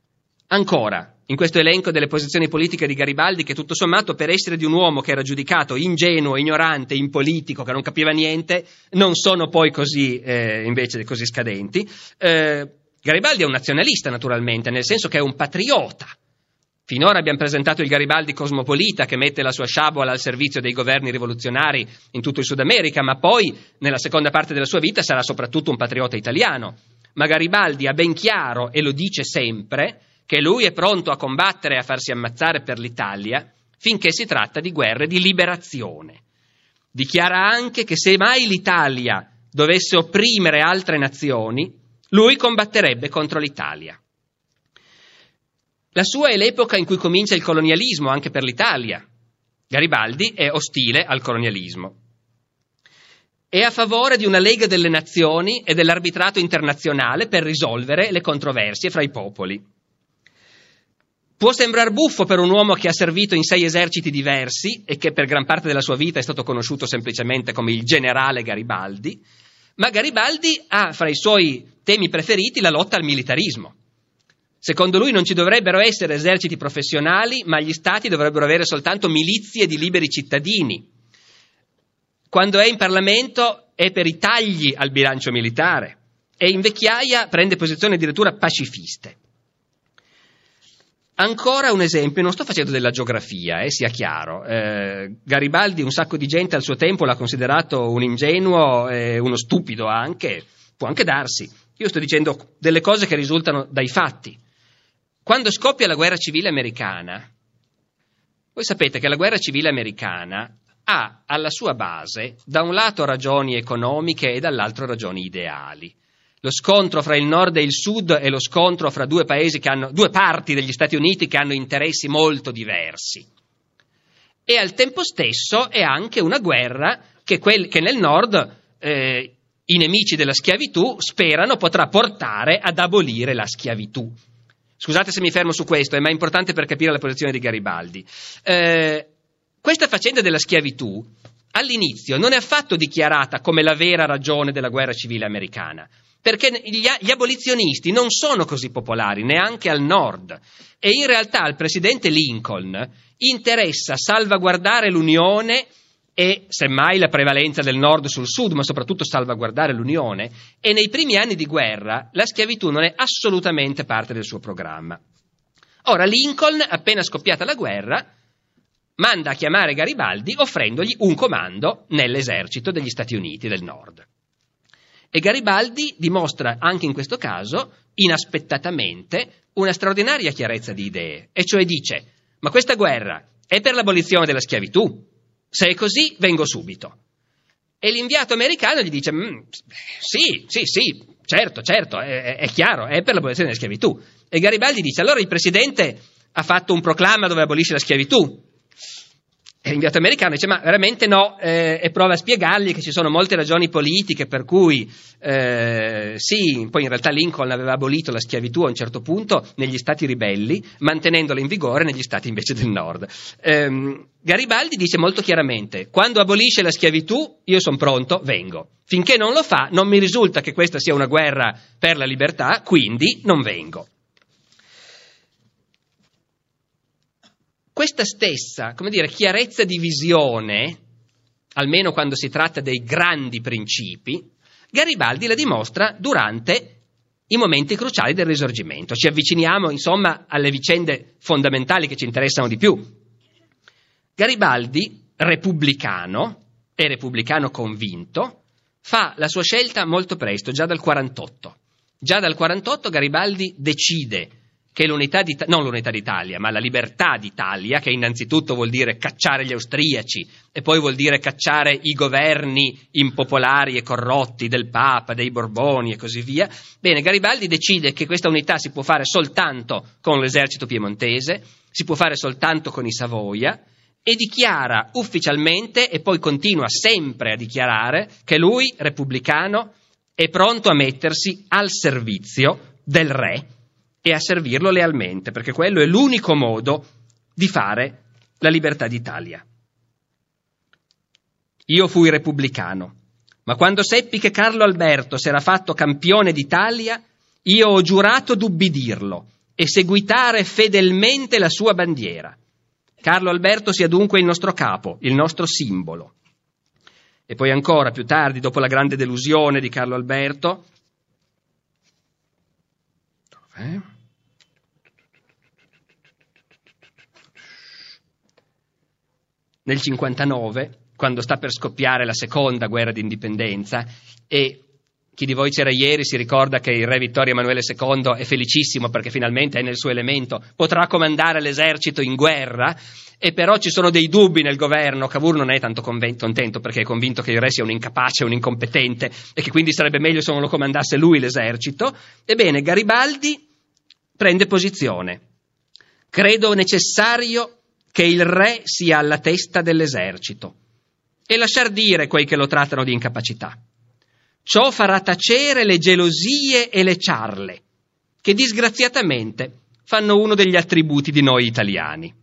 Ancora, in questo elenco delle posizioni politiche di Garibaldi, che tutto sommato per essere di un uomo che era giudicato ingenuo, ignorante, impolitico, che non capiva niente, non sono poi così eh, invece così scadenti. Eh, Garibaldi è un nazionalista naturalmente, nel senso che è un patriota. Finora abbiamo presentato il Garibaldi cosmopolita che mette la sua sciabola al servizio dei governi rivoluzionari in tutto il Sud America, ma poi nella seconda parte della sua vita sarà soprattutto un patriota italiano. Ma Garibaldi ha ben chiaro, e lo dice sempre, che lui è pronto a combattere e a farsi ammazzare per l'Italia finché si tratta di guerre di liberazione. Dichiara anche che se mai l'Italia dovesse opprimere altre nazioni, lui combatterebbe contro l'Italia. La sua è l'epoca in cui comincia il colonialismo anche per l'Italia. Garibaldi è ostile al colonialismo. È a favore di una Lega delle Nazioni e dell'arbitrato internazionale per risolvere le controversie fra i popoli. Può sembrare buffo per un uomo che ha servito in sei eserciti diversi e che per gran parte della sua vita è stato conosciuto semplicemente come il generale Garibaldi, ma Garibaldi ha fra i suoi temi preferiti la lotta al militarismo. Secondo lui non ci dovrebbero essere eserciti professionali, ma gli stati dovrebbero avere soltanto milizie di liberi cittadini. Quando è in Parlamento è per i tagli al bilancio militare e in vecchiaia prende posizioni addirittura pacifiste. Ancora un esempio, non sto facendo della geografia, eh, sia chiaro. Eh, Garibaldi, un sacco di gente al suo tempo l'ha considerato un ingenuo, eh, uno stupido anche, può anche darsi. Io sto dicendo delle cose che risultano dai fatti. Quando scoppia la guerra civile americana, voi sapete che la guerra civile americana ha alla sua base da un lato ragioni economiche e dall'altro ragioni ideali. Lo scontro fra il nord e il sud è lo scontro fra due paesi che hanno, due parti degli Stati Uniti che hanno interessi molto diversi. E al tempo stesso è anche una guerra che, quel, che nel nord eh, i nemici della schiavitù sperano potrà portare ad abolire la schiavitù. Scusate se mi fermo su questo, ma è importante per capire la posizione di Garibaldi. Eh, questa faccenda della schiavitù all'inizio non è affatto dichiarata come la vera ragione della guerra civile americana, perché gli, gli abolizionisti non sono così popolari neanche al nord e in realtà al presidente Lincoln interessa salvaguardare l'Unione e semmai la prevalenza del nord sul sud, ma soprattutto salvaguardare l'Unione, e nei primi anni di guerra la schiavitù non è assolutamente parte del suo programma. Ora Lincoln, appena scoppiata la guerra, manda a chiamare Garibaldi offrendogli un comando nell'esercito degli Stati Uniti del Nord. E Garibaldi dimostra anche in questo caso, inaspettatamente, una straordinaria chiarezza di idee, e cioè dice: ma questa guerra è per l'abolizione della schiavitù? Se è così, vengo subito. E l'inviato americano gli dice: sì, sì, sì, certo, certo, è, è chiaro, è per l'abolizione della schiavitù. E Garibaldi dice: allora il presidente ha fatto un proclama dove abolisce la schiavitù? E l'inviato americano dice: ma veramente no, eh, e prova a spiegargli che ci sono molte ragioni politiche per cui eh, sì, poi in realtà Lincoln aveva abolito la schiavitù a un certo punto negli stati ribelli, mantenendola in vigore negli stati invece del nord. Eh, Garibaldi dice molto chiaramente: quando abolisce la schiavitù io sono pronto, vengo. Finché non lo fa non mi risulta che questa sia una guerra per la libertà, quindi non vengo. Questa stessa, come dire, chiarezza di visione, almeno quando si tratta dei grandi principi, Garibaldi la dimostra durante i momenti cruciali del Risorgimento. Ci avviciniamo, insomma, alle vicende fondamentali che ci interessano di più. Garibaldi, repubblicano, e repubblicano convinto, fa la sua scelta molto presto, già dal quarantotto. Già dal quarantotto Garibaldi decide che l'unità di, non l'unità d'Italia, ma la libertà d'Italia, che innanzitutto vuol dire cacciare gli austriaci e poi vuol dire cacciare i governi impopolari e corrotti del Papa, dei Borboni e così via. Bene, Garibaldi decide che questa unità si può fare soltanto con l'esercito piemontese, si può fare soltanto con i Savoia, e dichiara ufficialmente, e poi continua sempre a dichiarare, che lui, repubblicano, è pronto a mettersi al servizio del re e a servirlo lealmente, perché quello è l'unico modo di fare la libertà d'Italia. Io fui repubblicano, ma quando seppi che Carlo Alberto s'era fatto campione d'Italia, io ho giurato d'ubbidirlo e seguitare fedelmente la sua bandiera. Carlo Alberto sia dunque il nostro capo, il nostro simbolo. E poi ancora più tardi, dopo la grande delusione di Carlo Alberto, dov'è? Nel cinquantanove, quando sta per scoppiare la seconda guerra d'indipendenza, e chi di voi c'era ieri si ricorda che il re Vittorio Emanuele secondo è felicissimo perché finalmente è nel suo elemento, potrà comandare l'esercito in guerra, e però ci sono dei dubbi nel governo. Cavour non è tanto contento perché è convinto che il re sia un incapace, un incompetente e che quindi sarebbe meglio se non lo comandasse lui l'esercito. Ebbene, Garibaldi prende posizione. Credo necessario che il re sia alla testa dell'esercito e lasciar dire quei che lo trattano di incapacità. Ciò farà tacere le gelosie e le ciarle, che disgraziatamente fanno uno degli attributi di noi italiani.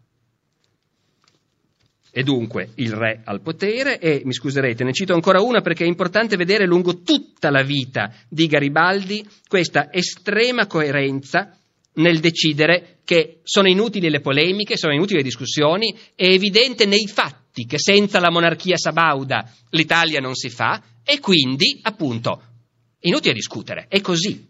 E dunque il re al potere, e mi scuserete, ne cito ancora una perché è importante vedere lungo tutta la vita di Garibaldi questa estrema coerenza nel decidere che sono inutili le polemiche, sono inutili le discussioni, è evidente nei fatti che senza la monarchia sabauda l'Italia non si fa, e quindi, appunto, inutile discutere, è così.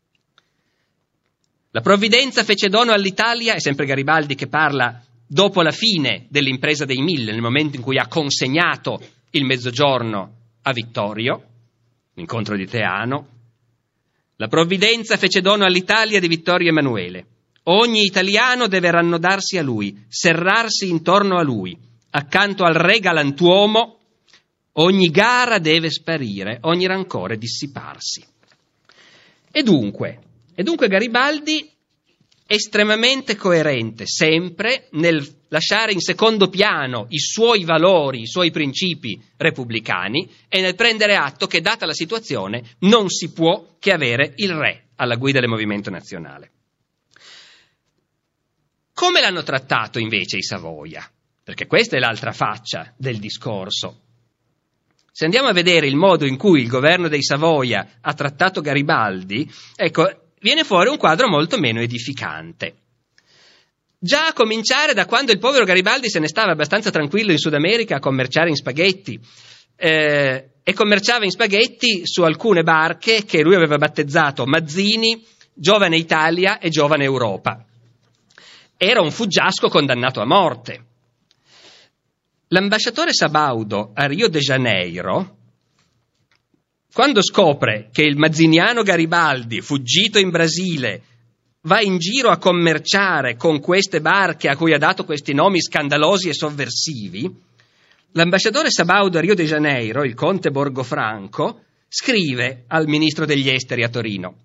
La provvidenza fece dono all'Italia, è sempre Garibaldi che parla dopo la fine dell'impresa dei Mille, nel momento in cui ha consegnato il Mezzogiorno a Vittorio, l'incontro di Teano. La provvidenza fece dono all'Italia di Vittorio Emanuele. Ogni italiano deve rannodarsi a lui, serrarsi intorno a lui, accanto al re galantuomo. Ogni gara deve sparire, ogni rancore dissiparsi. E dunque, e dunque Garibaldi estremamente coerente sempre nel lasciare in secondo piano i suoi valori, i suoi principi repubblicani e nel prendere atto che, data la situazione, non si può che avere il re alla guida del movimento nazionale. Come l'hanno trattato invece i Savoia? Perché questa è l'altra faccia del discorso. Se andiamo a vedere il modo in cui il governo dei Savoia ha trattato Garibaldi, ecco, viene fuori un quadro molto meno edificante. Già a cominciare da quando il povero Garibaldi se ne stava abbastanza tranquillo in Sud America a commerciare in spaghetti, eh, e commerciava in spaghetti su alcune barche che lui aveva battezzato Mazzini, Giovane Italia e Giovane Europa. Era un fuggiasco condannato a morte. L'ambasciatore Sabaudo a Rio de Janeiro, quando scopre che il mazziniano Garibaldi, fuggito in Brasile, va in giro a commerciare con queste barche a cui ha dato questi nomi scandalosi e sovversivi, l'ambasciatore Sabaudo a Rio de Janeiro, il conte Borgofranco, scrive al ministro degli esteri a Torino: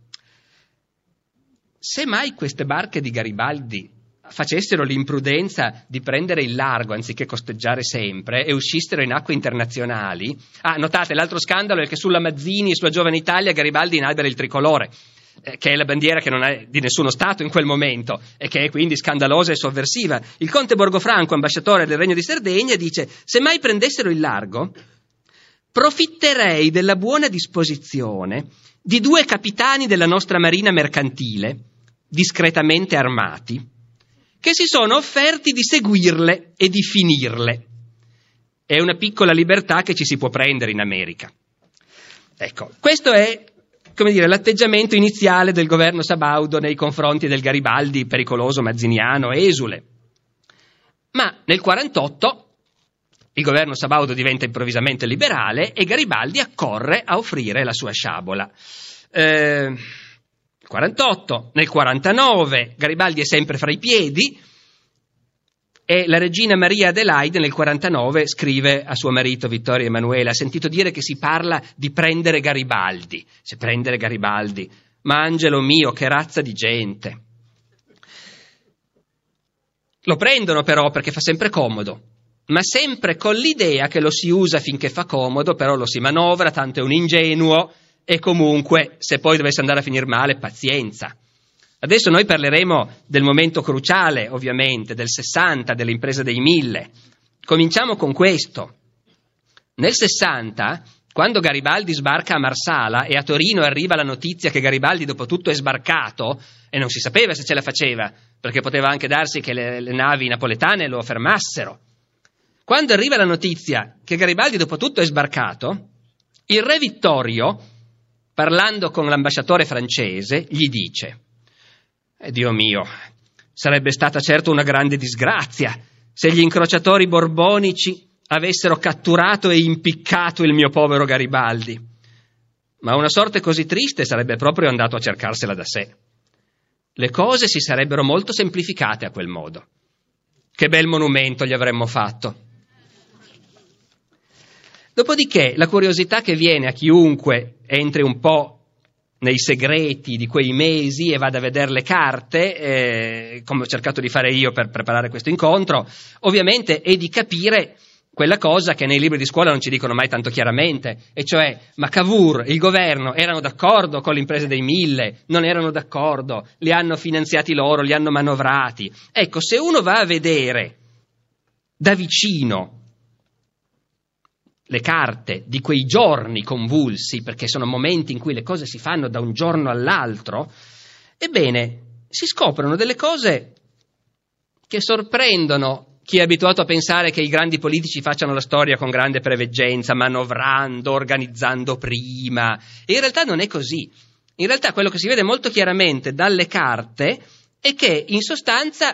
se mai queste barche di Garibaldi facessero l'imprudenza di prendere il largo anziché costeggiare sempre e uscissero in acque internazionali. Ah, notate, l'altro scandalo è che sulla Mazzini e sulla Giovane Italia Garibaldi inalbera il tricolore, eh, che è la bandiera che non è di nessuno Stato in quel momento e che è quindi scandalosa e sovversiva. Il conte Borgofranco, ambasciatore del Regno di Sardegna, dice: se mai prendessero il largo, profitterei della buona disposizione di due capitani della nostra marina mercantile, discretamente armati, che si sono offerti di seguirle e di finirle. È una piccola libertà che ci si può prendere in America. Ecco, questo è, come dire, l'atteggiamento iniziale del governo Sabaudo nei confronti del Garibaldi pericoloso, mazziniano, esule. Ma nel quarantotto il governo Sabaudo diventa improvvisamente liberale e Garibaldi accorre a offrire la sua sciabola. Eh, quarantotto, nel quarantanove Garibaldi è sempre fra i piedi e la regina Maria Adelaide nel quarantanove scrive a suo marito Vittorio Emanuele: ha sentito dire che si parla di prendere Garibaldi. Se prendere Garibaldi, ma angelo mio, che razza di gente. Lo prendono però perché fa sempre comodo, ma sempre con l'idea che lo si usa finché fa comodo, però lo si manovra, tanto è un ingenuo. E comunque, se poi dovesse andare a finire male, pazienza. Adesso noi parleremo del momento cruciale, ovviamente, del sessanta, dell'impresa dei Mille. Cominciamo con questo. Nel sessanta Quando Garibaldi sbarca a Marsala e a Torino arriva la notizia che Garibaldi dopo tutto è sbarcato, e non si sapeva se ce la faceva, perché poteva anche darsi che le, le navi napoletane lo fermassero. Quando arriva la notizia che Garibaldi dopo tutto è sbarcato, il re Vittorio, parlando con l'ambasciatore francese, gli dice: eh, Dio mio, sarebbe stata certo una grande disgrazia se gli incrociatori borbonici avessero catturato e impiccato il mio povero Garibaldi. Ma una sorte così triste sarebbe proprio andato a cercarsela da sé. Le cose si sarebbero molto semplificate a quel modo. Che bel monumento gli avremmo fatto. Dopodiché la curiosità che viene a chiunque entri un po' nei segreti di quei mesi e vada a vedere le carte, eh, come ho cercato di fare io per preparare questo incontro, ovviamente è di capire quella cosa che nei libri di scuola non ci dicono mai tanto chiaramente, e cioè, ma Cavour, il governo, erano d'accordo con l'impresa dei mille? Non erano d'accordo, li hanno finanziati loro, li hanno manovrati. Ecco, se uno va a vedere da vicino le carte di quei giorni convulsi, perché sono momenti in cui le cose si fanno da un giorno all'altro, ebbene, si scoprono delle cose che sorprendono chi è abituato a pensare che i grandi politici facciano la storia con grande preveggenza, manovrando, organizzando prima. E in realtà non è così. In realtà quello che si vede molto chiaramente dalle carte è che, in sostanza,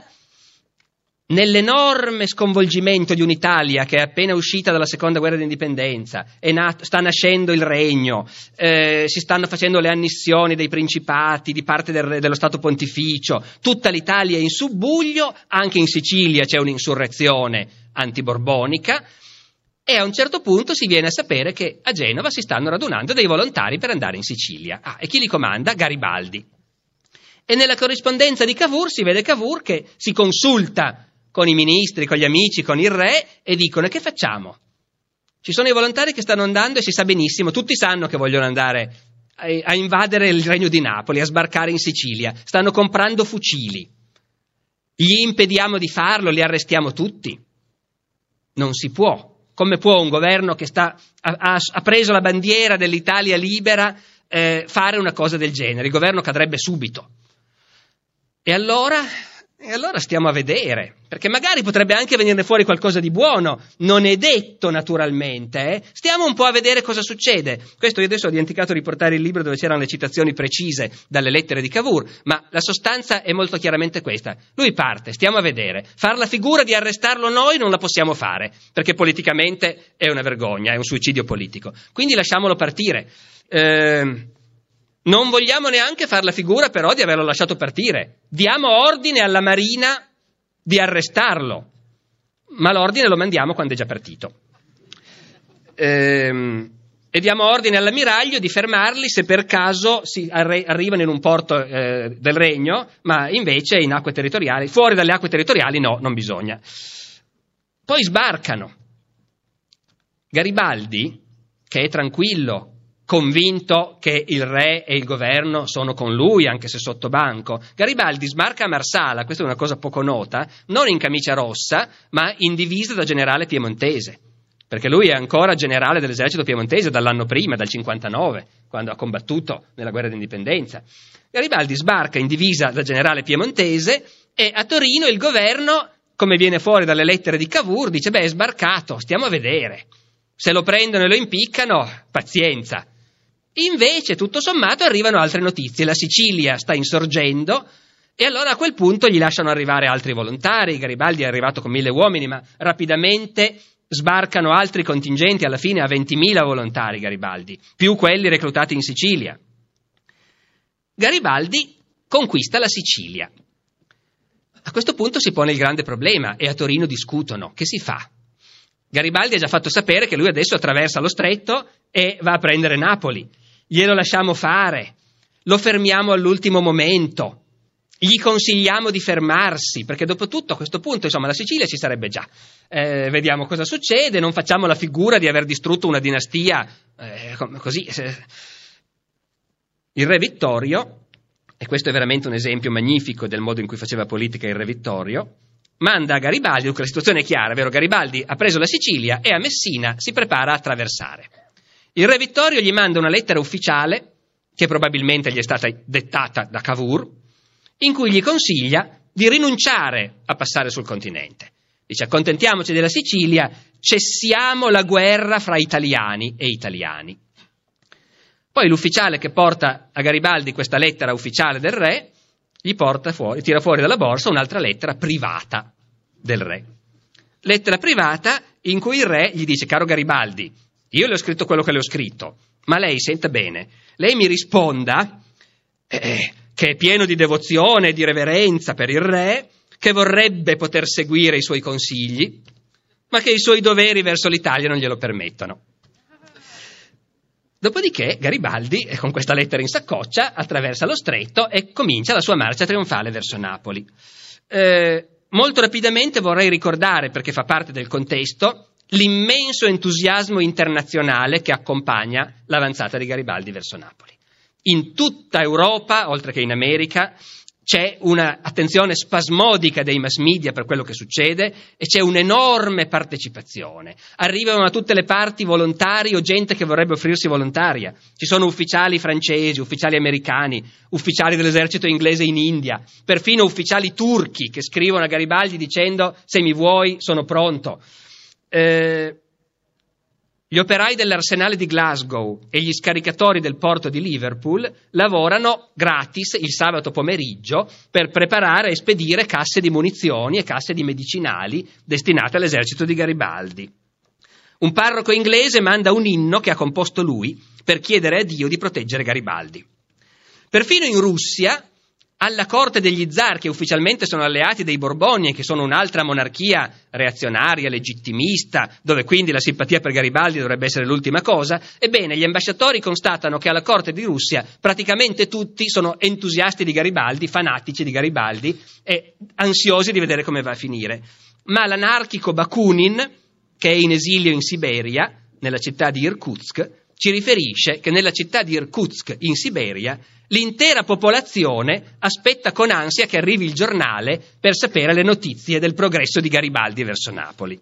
nell'enorme sconvolgimento di un'Italia che è appena uscita dalla seconda guerra d'indipendenza, è nat- sta nascendo il regno, eh, si stanno facendo le annissioni dei principati di parte del, dello Stato Pontificio, tutta l'Italia è in subbuglio, anche in Sicilia c'è un'insurrezione antiborbonica, e a un certo punto si viene a sapere che a Genova si stanno radunando dei volontari per andare in Sicilia. Ah, e chi li comanda? Garibaldi. E nella corrispondenza di Cavour si vede Cavour che si consulta con i ministri, con gli amici, con il re, e dicono: che facciamo? Ci sono i volontari che stanno andando e si sa benissimo, tutti sanno che vogliono andare a, a invadere il regno di Napoli, a sbarcare in Sicilia, stanno comprando fucili. Gli impediamo di farlo, li arrestiamo tutti? Non si può. Come può un governo che sta, ha, ha preso la bandiera dell'Italia libera eh, fare una cosa del genere? Il governo cadrebbe subito. E allora... E allora stiamo a vedere, perché magari potrebbe anche venirne fuori qualcosa di buono, non è detto naturalmente, eh? Stiamo un po' a vedere cosa succede. Questo io adesso ho dimenticato di portare il libro dove c'erano le citazioni precise dalle lettere di Cavour, ma la sostanza è molto chiaramente questa. Lui parte, stiamo a vedere, far la figura di arrestarlo noi non la possiamo fare, perché politicamente è una vergogna, è un suicidio politico, quindi lasciamolo partire. Eh... Non vogliamo neanche far la figura però di averlo lasciato partire. Diamo ordine alla Marina di arrestarlo, ma l'ordine lo mandiamo quando è già partito. Ehm, e diamo ordine all'ammiraglio di fermarli se per caso si arri- arrivano in un porto eh, del Regno, ma invece in acque territoriali, fuori dalle acque territoriali no, non bisogna. Poi sbarcano. Garibaldi, che è tranquillo, convinto che il re e il governo sono con lui, anche se sotto banco. Garibaldi sbarca a Marsala, questa è una cosa poco nota, non in camicia rossa, ma in divisa da generale piemontese, perché lui è ancora generale dell'esercito piemontese dall'anno prima, dal cinquantanove, quando ha combattuto nella guerra d'indipendenza. Garibaldi sbarca in divisa da generale piemontese e a Torino il governo, come viene fuori dalle lettere di Cavour, dice: beh, è sbarcato, stiamo a vedere. Se lo prendono e lo impiccano, pazienza. Invece, tutto sommato, arrivano altre notizie. La Sicilia sta insorgendo e allora a quel punto gli lasciano arrivare altri volontari. Garibaldi è arrivato con mille uomini, ma rapidamente sbarcano altri contingenti, alla fine a ventimila volontari Garibaldi, più quelli reclutati in Sicilia. Garibaldi conquista la Sicilia. A questo punto si pone il grande problema e a Torino discutono. Che si fa? Garibaldi ha già fatto sapere che lui adesso attraversa lo stretto e va a prendere Napoli. Glielo lasciamo fare, lo fermiamo all'ultimo momento, gli consigliamo di fermarsi, perché dopo tutto a questo punto, insomma, la Sicilia ci sarebbe già. Eh, vediamo cosa succede, non facciamo la figura di aver distrutto una dinastia eh, così. Il re Vittorio, e questo è veramente un esempio magnifico del modo in cui faceva politica il re Vittorio, manda a Garibaldi, dunque la situazione è chiara, vero? Garibaldi ha preso la Sicilia e a Messina si prepara a attraversare. Il re Vittorio gli manda una lettera ufficiale, che probabilmente gli è stata dettata da Cavour, in cui gli consiglia di rinunciare a passare sul continente. Dice: accontentiamoci della Sicilia, cessiamo la guerra fra italiani e italiani. Poi l'ufficiale che porta a Garibaldi questa lettera ufficiale del re gli porta fuori, tira fuori dalla borsa un'altra lettera privata del re. Lettera privata in cui il re gli dice: caro Garibaldi, io le ho scritto quello che le ho scritto, ma lei, senta bene, lei mi risponda eh, che è pieno di devozione e di reverenza per il re, che vorrebbe poter seguire i suoi consigli, ma che i suoi doveri verso l'Italia non glielo permettono. Dopodiché Garibaldi, con questa lettera in saccoccia, attraversa lo stretto e comincia la sua marcia trionfale verso Napoli. Eh, molto rapidamente vorrei ricordare, perché fa parte del contesto, l'immenso entusiasmo internazionale che accompagna l'avanzata di Garibaldi verso Napoli. In tutta Europa, oltre che in America, c'è una attenzione spasmodica dei mass media per quello che succede e c'è un'enorme partecipazione. Arrivano da tutte le parti volontari o gente che vorrebbe offrirsi volontaria. Ci sono ufficiali francesi, ufficiali americani, ufficiali dell'esercito inglese in India, perfino ufficiali turchi che scrivono a Garibaldi dicendo: se mi vuoi sono pronto. Eh, Gli operai dell'arsenale di Glasgow e gli scaricatori del porto di Liverpool lavorano gratis il sabato pomeriggio per preparare e spedire casse di munizioni e casse di medicinali destinate all'esercito di Garibaldi. Un parroco inglese manda un inno che ha composto lui per chiedere a Dio di proteggere Garibaldi. Perfino in Russia, alla corte degli zar, che ufficialmente sono alleati dei Borboni e che sono un'altra monarchia reazionaria, legittimista, dove quindi la simpatia per Garibaldi dovrebbe essere l'ultima cosa, ebbene gli ambasciatori constatano che alla corte di Russia praticamente tutti sono entusiasti di Garibaldi, fanatici di Garibaldi e ansiosi di vedere come va a finire. Ma l'anarchico Bakunin, che è in esilio in Siberia, nella città di Irkutsk, ci riferisce che nella città di Irkutsk in Siberia l'intera popolazione aspetta con ansia che arrivi il giornale per sapere le notizie del progresso di Garibaldi verso Napoli.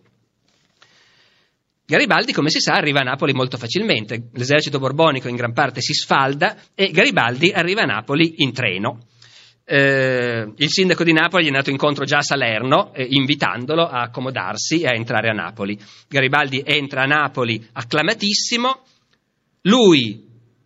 Garibaldi, come si sa, arriva a Napoli molto facilmente. L'esercito borbonico in gran parte si sfalda e Garibaldi arriva a Napoli in treno. Eh, il sindaco di Napoli gli è andato incontro già a Salerno, eh, invitandolo a accomodarsi e a entrare a Napoli. Garibaldi entra a Napoli acclamatissimo. Lui,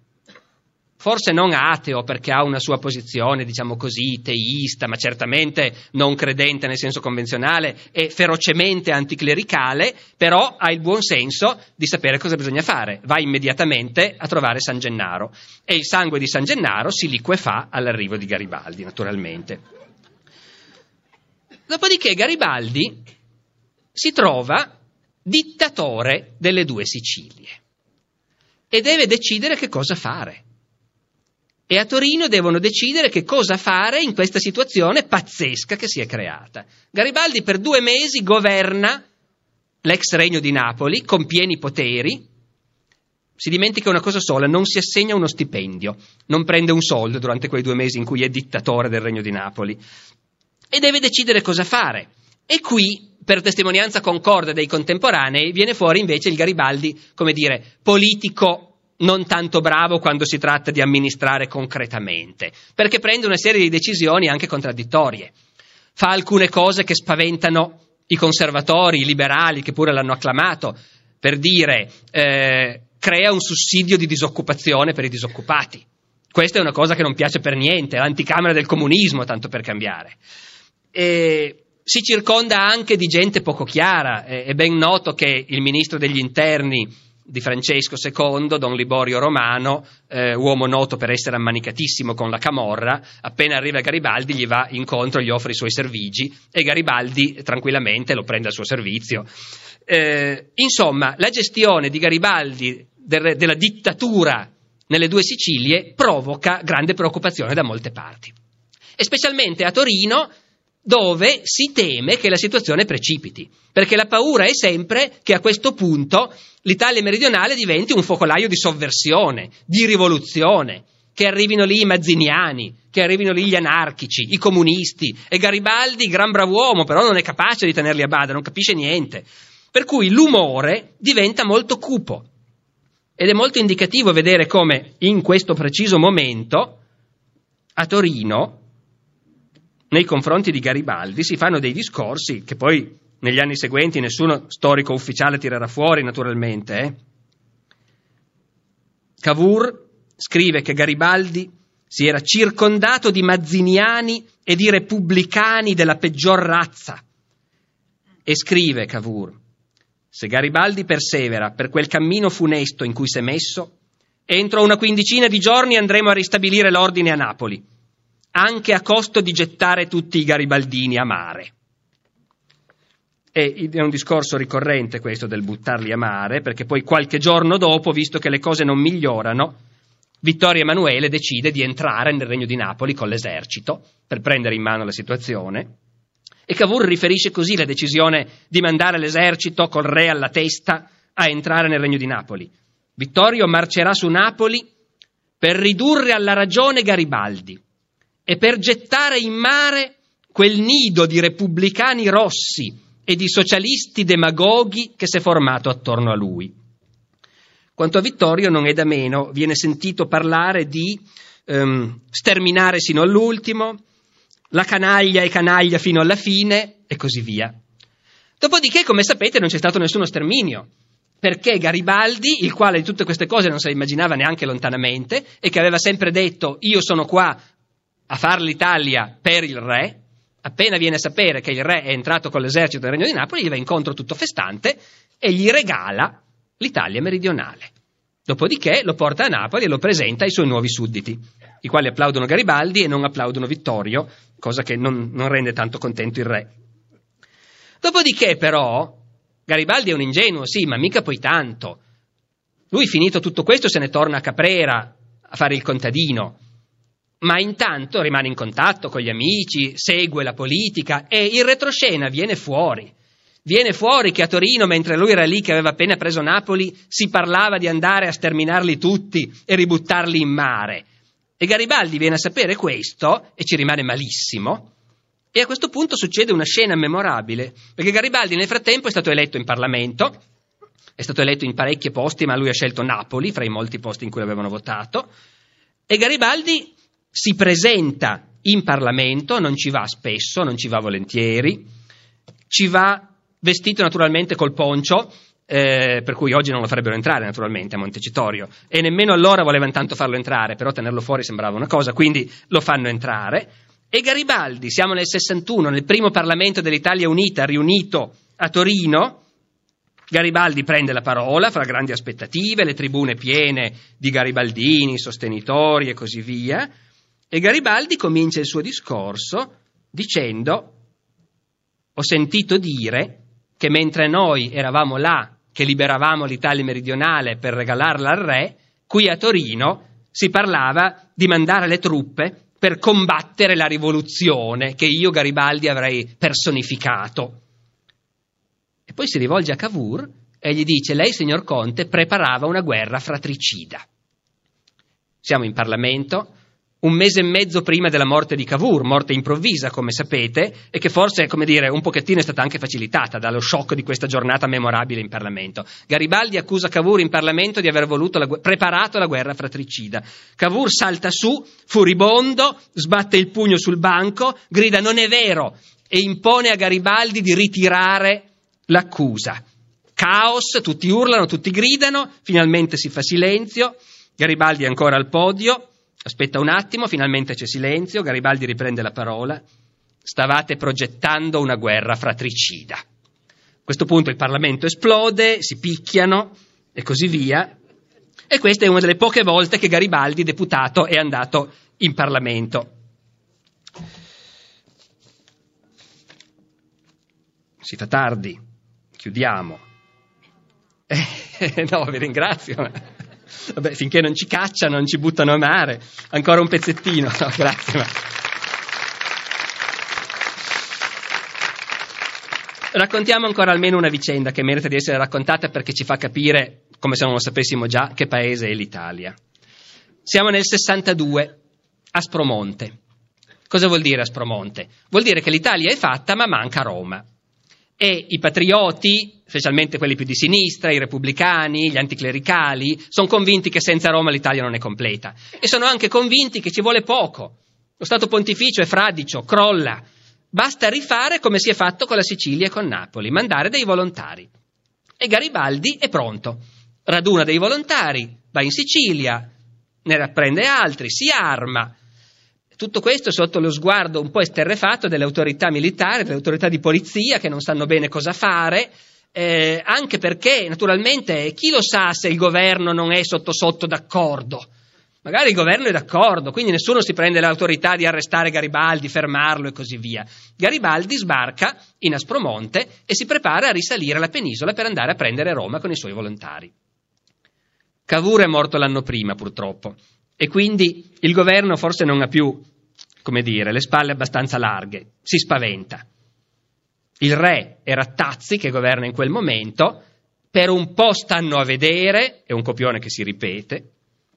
forse non ateo perché ha una sua posizione, diciamo così, teista, ma certamente non credente nel senso convenzionale e ferocemente anticlericale, però ha il buon senso di sapere cosa bisogna fare. Va immediatamente a trovare San Gennaro e il sangue di San Gennaro si liquefà all'arrivo di Garibaldi, naturalmente. Dopodiché Garibaldi si trova dittatore delle due Sicilie e deve decidere che cosa fare. E a Torino devono decidere che cosa fare in questa situazione pazzesca che si è creata. Garibaldi per due mesi governa l'ex regno di Napoli con pieni poteri. Si dimentica una cosa sola: non si assegna uno stipendio, non prende un soldo durante quei due mesi in cui è dittatore del regno di Napoli. E deve decidere cosa fare. E qui, per testimonianza concorde dei contemporanei, viene fuori invece il Garibaldi, come dire, politico non tanto bravo quando si tratta di amministrare concretamente, perché prende una serie di decisioni anche contraddittorie. Fa alcune cose che spaventano i conservatori, i liberali, che pure l'hanno acclamato, per dire, eh, crea un sussidio di disoccupazione per i disoccupati. Questa è una cosa che non piace per niente, è l'anticamera del comunismo, tanto per cambiare. E si circonda anche di gente poco chiara. È ben noto che il ministro degli interni di Francesco secondo, Don Liborio Romano, eh, uomo noto per essere ammanicatissimo con la camorra, appena arriva Garibaldi gli va incontro, gli offre i suoi servigi e Garibaldi tranquillamente lo prende al suo servizio. Eh, insomma, la gestione di Garibaldi del, della dittatura nelle due Sicilie provoca grande preoccupazione da molte parti, e specialmente a Torino, dove si teme che la situazione precipiti, perché la paura è sempre che a questo punto l'Italia meridionale diventi un focolaio di sovversione, di rivoluzione, che arrivino lì i mazziniani, che arrivino lì gli anarchici, i comunisti, e Garibaldi, gran brav'uomo, però non è capace di tenerli a bada, non capisce niente, per cui l'umore diventa molto cupo. Ed è molto indicativo vedere come in questo preciso momento a Torino, nei confronti di Garibaldi, si fanno dei discorsi che poi negli anni seguenti nessuno storico ufficiale tirerà fuori, naturalmente. Eh. Cavour scrive che Garibaldi si era circondato di mazziniani e di repubblicani della peggior razza. E scrive Cavour: se Garibaldi persevera per quel cammino funesto in cui s'è messo, entro una quindicina di giorni andremo a ristabilire l'ordine a Napoli, anche a costo di gettare tutti i garibaldini a mare. E è un discorso ricorrente questo del buttarli a mare, perché poi qualche giorno dopo, visto che le cose non migliorano, Vittorio Emanuele decide di entrare nel Regno di Napoli con l'esercito per prendere in mano la situazione. E Cavour riferisce così la decisione di mandare l'esercito col re alla testa a entrare nel Regno di Napoli. Vittorio marcerà su Napoli per ridurre alla ragione Garibaldi e per gettare in mare quel nido di repubblicani rossi e di socialisti demagoghi che si è formato attorno a lui. Quanto a Vittorio non è da meno, viene sentito parlare di ehm, sterminare sino all'ultimo, la canaglia è canaglia fino alla fine e così via. Dopodiché, come sapete, non c'è stato nessuno sterminio, perché Garibaldi, il quale di tutte queste cose non se le immaginava neanche lontanamente e che aveva sempre detto io sono qua a fare l'Italia per il re, appena viene a sapere che il re è entrato con l'esercito del Regno di Napoli, gli va incontro tutto festante e gli regala l'Italia meridionale. Dopodiché lo porta a Napoli e lo presenta ai suoi nuovi sudditi, i quali applaudono Garibaldi e non applaudono Vittorio, cosa che non, non rende tanto contento il re. Dopodiché però Garibaldi è un ingenuo, sì, ma mica poi tanto. Lui, finito tutto questo, se ne torna a Caprera a fare il contadino, ma intanto rimane in contatto con gli amici, segue la politica e in retroscena viene fuori. Viene fuori che a Torino, mentre lui era lì che aveva appena preso Napoli, si parlava di andare a sterminarli tutti e ributtarli in mare. E Garibaldi viene a sapere questo e ci rimane malissimo. E a questo punto succede una scena memorabile, perché Garibaldi nel frattempo è stato eletto in Parlamento, è stato eletto in parecchi posti, ma lui ha scelto Napoli fra i molti posti in cui l'avevano votato, e Garibaldi si presenta in Parlamento, non ci va spesso, non ci va volentieri, ci va vestito naturalmente col poncio, eh, per cui oggi non lo farebbero entrare naturalmente a Montecitorio, e nemmeno allora volevano tanto farlo entrare, però tenerlo fuori sembrava una cosa, quindi lo fanno entrare. E Garibaldi, siamo nel sessantuno, nel primo Parlamento dell'Italia Unita riunito a Torino, Garibaldi prende la parola fra grandi aspettative, le tribune piene di garibaldini, sostenitori e così via, e Garibaldi comincia il suo discorso dicendo: ho sentito dire che mentre noi eravamo là che liberavamo l'Italia meridionale per regalarla al re, qui a Torino si parlava di mandare le truppe per combattere la rivoluzione che io Garibaldi avrei personificato. E poi si rivolge a Cavour e gli dice: lei, signor Conte, preparava una guerra fratricida. Siamo in Parlamento, un mese e mezzo prima della morte di Cavour, morte improvvisa, come sapete, e che forse, come dire, un pochettino è stata anche facilitata dallo shock di questa giornata memorabile in Parlamento. Garibaldi accusa Cavour in Parlamento di aver voluto la, preparato la guerra fratricida. Cavour salta su, furibondo, sbatte il pugno sul banco, grida non è vero e impone a Garibaldi di ritirare l'accusa. Caos, tutti urlano, tutti gridano, finalmente si fa silenzio, Garibaldi è ancora al podio. Aspetta un attimo, finalmente c'è silenzio, Garibaldi riprende la parola. Stavate progettando una guerra fratricida. A questo punto il Parlamento esplode, si picchiano e così via. E questa è una delle poche volte che Garibaldi, deputato, è andato in Parlamento. Si fa tardi, chiudiamo. Eh, no, vi ringrazio. Vabbè, finché non ci cacciano, non ci buttano a mare. Ancora un pezzettino, no, grazie. Ma... raccontiamo ancora almeno una vicenda che merita di essere raccontata perché ci fa capire, come se non lo sapessimo già, che paese è l'Italia. Siamo nel sessantadue, Aspromonte. Cosa vuol dire Aspromonte? Vuol dire che l'Italia è fatta ma manca Roma. e i patrioti, specialmente quelli più di sinistra, i repubblicani, gli anticlericali, sono convinti che senza Roma l'Italia non è completa e sono anche convinti che ci vuole poco. Lo Stato Pontificio è fradicio, crolla. Basta rifare come si è fatto con la Sicilia e con Napoli, mandare dei volontari. E Garibaldi è pronto, raduna dei volontari, va in Sicilia, ne rapprende altri, si arma. Tutto questo sotto lo sguardo un po' esterrefatto delle autorità militari, delle autorità di polizia che non sanno bene cosa fare, eh, anche perché naturalmente chi lo sa se il governo non è sotto sotto d'accordo. Magari il governo è d'accordo, quindi nessuno si prende l'autorità di arrestare Garibaldi, fermarlo e così via. Garibaldi sbarca in Aspromonte e si prepara a risalire la penisola per andare a prendere Roma con i suoi volontari. Cavour è morto l'anno prima, purtroppo, e quindi il governo forse non ha più, come dire, le spalle abbastanza larghe, si spaventa. Il re e Rattazzi, che governa in quel momento, per un po' stanno a vedere, è un copione che si ripete,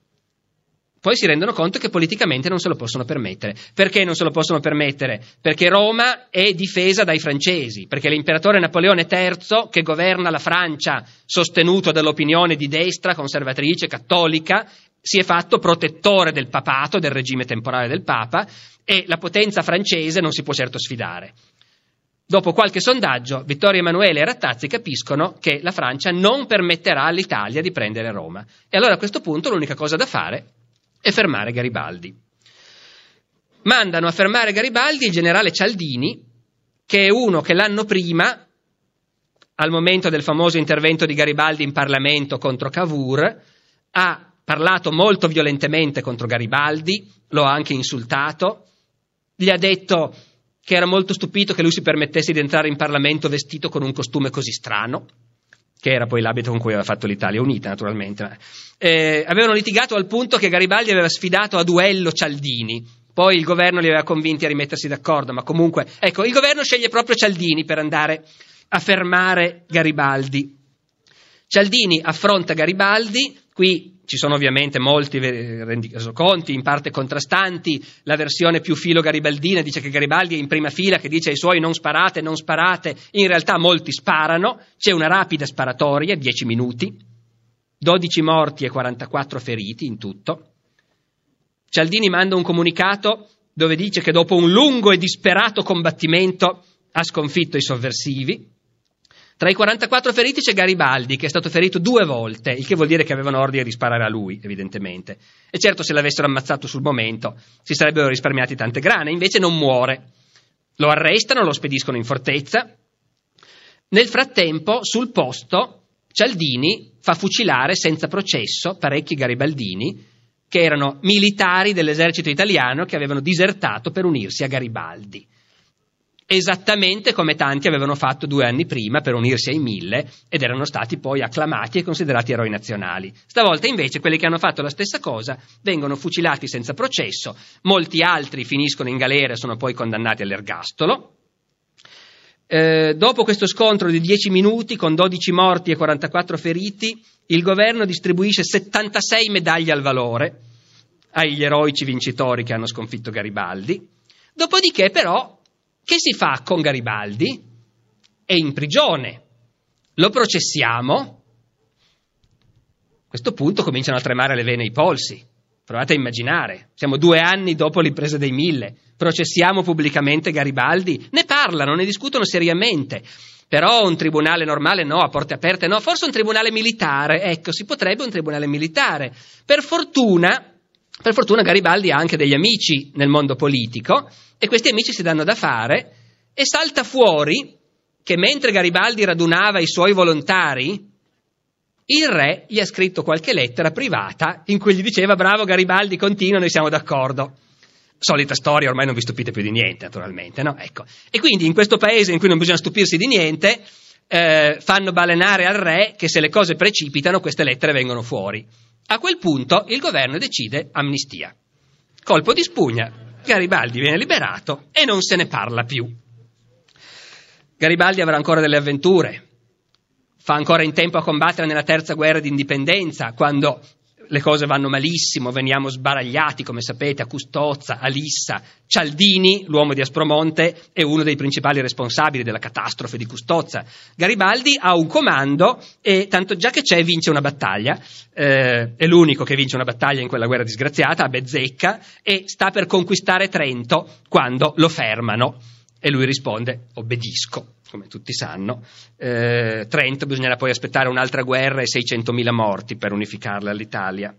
poi si rendono conto che politicamente non se lo possono permettere. Perché non se lo possono permettere? Perché Roma è difesa dai francesi, perché l'imperatore Napoleone terzo, che governa la Francia sostenuto dall'opinione di destra, conservatrice, cattolica, si è fatto protettore del papato, del regime temporale del Papa, e la potenza francese non si può certo sfidare. Dopo qualche sondaggio, Vittorio Emanuele e Rattazzi capiscono che la Francia non permetterà all'Italia di prendere Roma. E allora a questo punto l'unica cosa da fare è fermare Garibaldi. Mandano a fermare Garibaldi il generale Cialdini, che è uno che l'anno prima, al momento del famoso intervento di Garibaldi in Parlamento contro Cavour, ha parlato molto violentemente contro Garibaldi, lo ha anche insultato, gli ha detto che era molto stupito che lui si permettesse di entrare in Parlamento vestito con un costume così strano, che era poi l'abito con cui aveva fatto l'Italia Unita, naturalmente. Eh, avevano litigato al punto che Garibaldi aveva sfidato a duello Cialdini, poi il governo li aveva convinti a rimettersi d'accordo, ma comunque, ecco, il governo sceglie proprio Cialdini per andare a fermare Garibaldi. Cialdini affronta Garibaldi, qui ci sono ovviamente molti resoconti, in parte contrastanti, la versione più filo garibaldina dice che Garibaldi è in prima fila, che dice ai suoi non sparate, non sparate, in realtà molti sparano, c'è una rapida sparatoria, dieci minuti, dodici morti e quarantaquattro feriti in tutto. Cialdini manda un comunicato dove dice che dopo un lungo e disperato combattimento ha sconfitto i sovversivi. Tra i quarantaquattro feriti c'è Garibaldi, che è stato ferito due volte, il che vuol dire che avevano ordine di sparare a lui, evidentemente. E certo, se l'avessero ammazzato sul momento si sarebbero risparmiati tante grane, invece non muore. Lo arrestano, lo spediscono in fortezza. Nel frattempo, sul posto, Cialdini fa fucilare senza processo parecchi garibaldini, che erano militari dell'esercito italiano che avevano disertato per unirsi a Garibaldi. Esattamente come tanti avevano fatto due anni prima per unirsi ai Mille ed erano stati poi acclamati e considerati eroi nazionali. Stavolta invece quelli che hanno fatto la stessa cosa vengono fucilati senza processo, molti altri finiscono in galera e sono poi condannati all'ergastolo. Eh, dopo questo scontro di dieci minuti con dodici morti e quarantaquattro feriti, il governo distribuisce settantasei medaglie al valore agli eroici vincitori che hanno sconfitto Garibaldi. Dopodiché però che si fa con Garibaldi? È in prigione, lo processiamo. A questo punto cominciano a tremare le vene ai polsi. Provate a immaginare, siamo due anni dopo l'impresa dei Mille, processiamo pubblicamente Garibaldi, ne parlano, ne discutono seriamente. Però un tribunale normale no, a porte aperte no, forse un tribunale militare, ecco, si potrebbe un tribunale militare. Per fortuna, per fortuna Garibaldi ha anche degli amici nel mondo politico, e questi amici si danno da fare e salta fuori che mentre Garibaldi radunava i suoi volontari, il re gli ha scritto qualche lettera privata in cui gli diceva bravo Garibaldi, continua, noi siamo d'accordo. Solita storia, ormai non vi stupite più di niente, naturalmente, no? Ecco. E quindi in questo paese in cui non bisogna stupirsi di niente, eh, fanno balenare al re che se le cose precipitano queste lettere vengono fuori. A quel punto il governo decide amnistia. Colpo di spugna. Garibaldi viene liberato e non se ne parla più. Garibaldi avrà ancora delle avventure, fa ancora in tempo a combattere nella terza guerra d'indipendenza, quando le cose vanno malissimo, veniamo sbaragliati, come sapete, a Custozza, a Lissa. Cialdini, l'uomo di Aspromonte, è uno dei principali responsabili della catastrofe di Custozza. Garibaldi ha un comando e tanto già che c'è vince una battaglia, eh, è l'unico che vince una battaglia in quella guerra disgraziata, a Bezzecca, e sta per conquistare Trento quando lo fermano e lui risponde obbedisco, come tutti sanno. eh, Trento bisognerà poi aspettare un'altra guerra e seicentomila morti per unificarla all'Italia.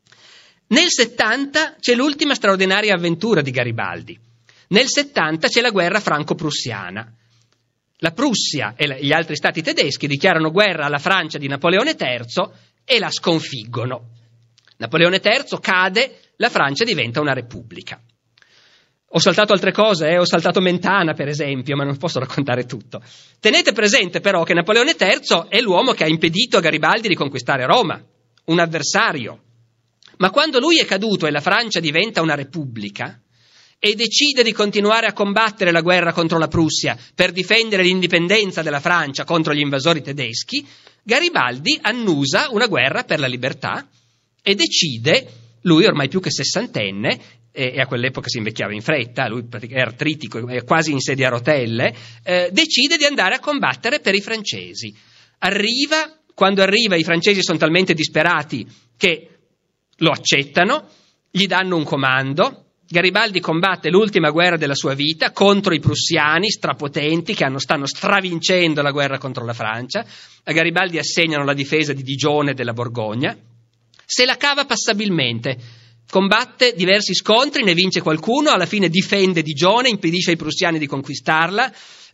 Nel settanta c'è l'ultima straordinaria avventura di Garibaldi. Nel settanta c'è la guerra franco-prussiana. La Prussia e gli altri stati tedeschi dichiarano guerra alla Francia di Napoleone terzo e la sconfiggono. Napoleone terzo cade, la Francia diventa una repubblica. Ho saltato altre cose, eh? ho saltato Mentana per esempio, ma non posso raccontare tutto. Tenete presente però che Napoleone terzo è l'uomo che ha impedito a Garibaldi di conquistare Roma, un avversario. Ma quando lui è caduto e la Francia diventa una repubblica e decide di continuare a combattere la guerra contro la Prussia per difendere l'indipendenza della Francia contro gli invasori tedeschi, Garibaldi annusa una guerra per la libertà e decide, lui ormai più che sessantenne, e a quell'epoca si invecchiava in fretta, lui è artritico, è quasi in sedia a rotelle, eh, decide di andare a combattere per i francesi. Arriva, quando arriva i francesi sono talmente disperati che lo accettano, gli danno un comando. Garibaldi combatte l'ultima guerra della sua vita contro i prussiani strapotenti che hanno, stanno stravincendo la guerra contro la Francia. A Garibaldi assegnano la difesa di Digione e della Borgogna. Se la cava passabilmente, combatte diversi scontri, ne vince qualcuno, alla fine difende Digione, impedisce ai prussiani di conquistarla,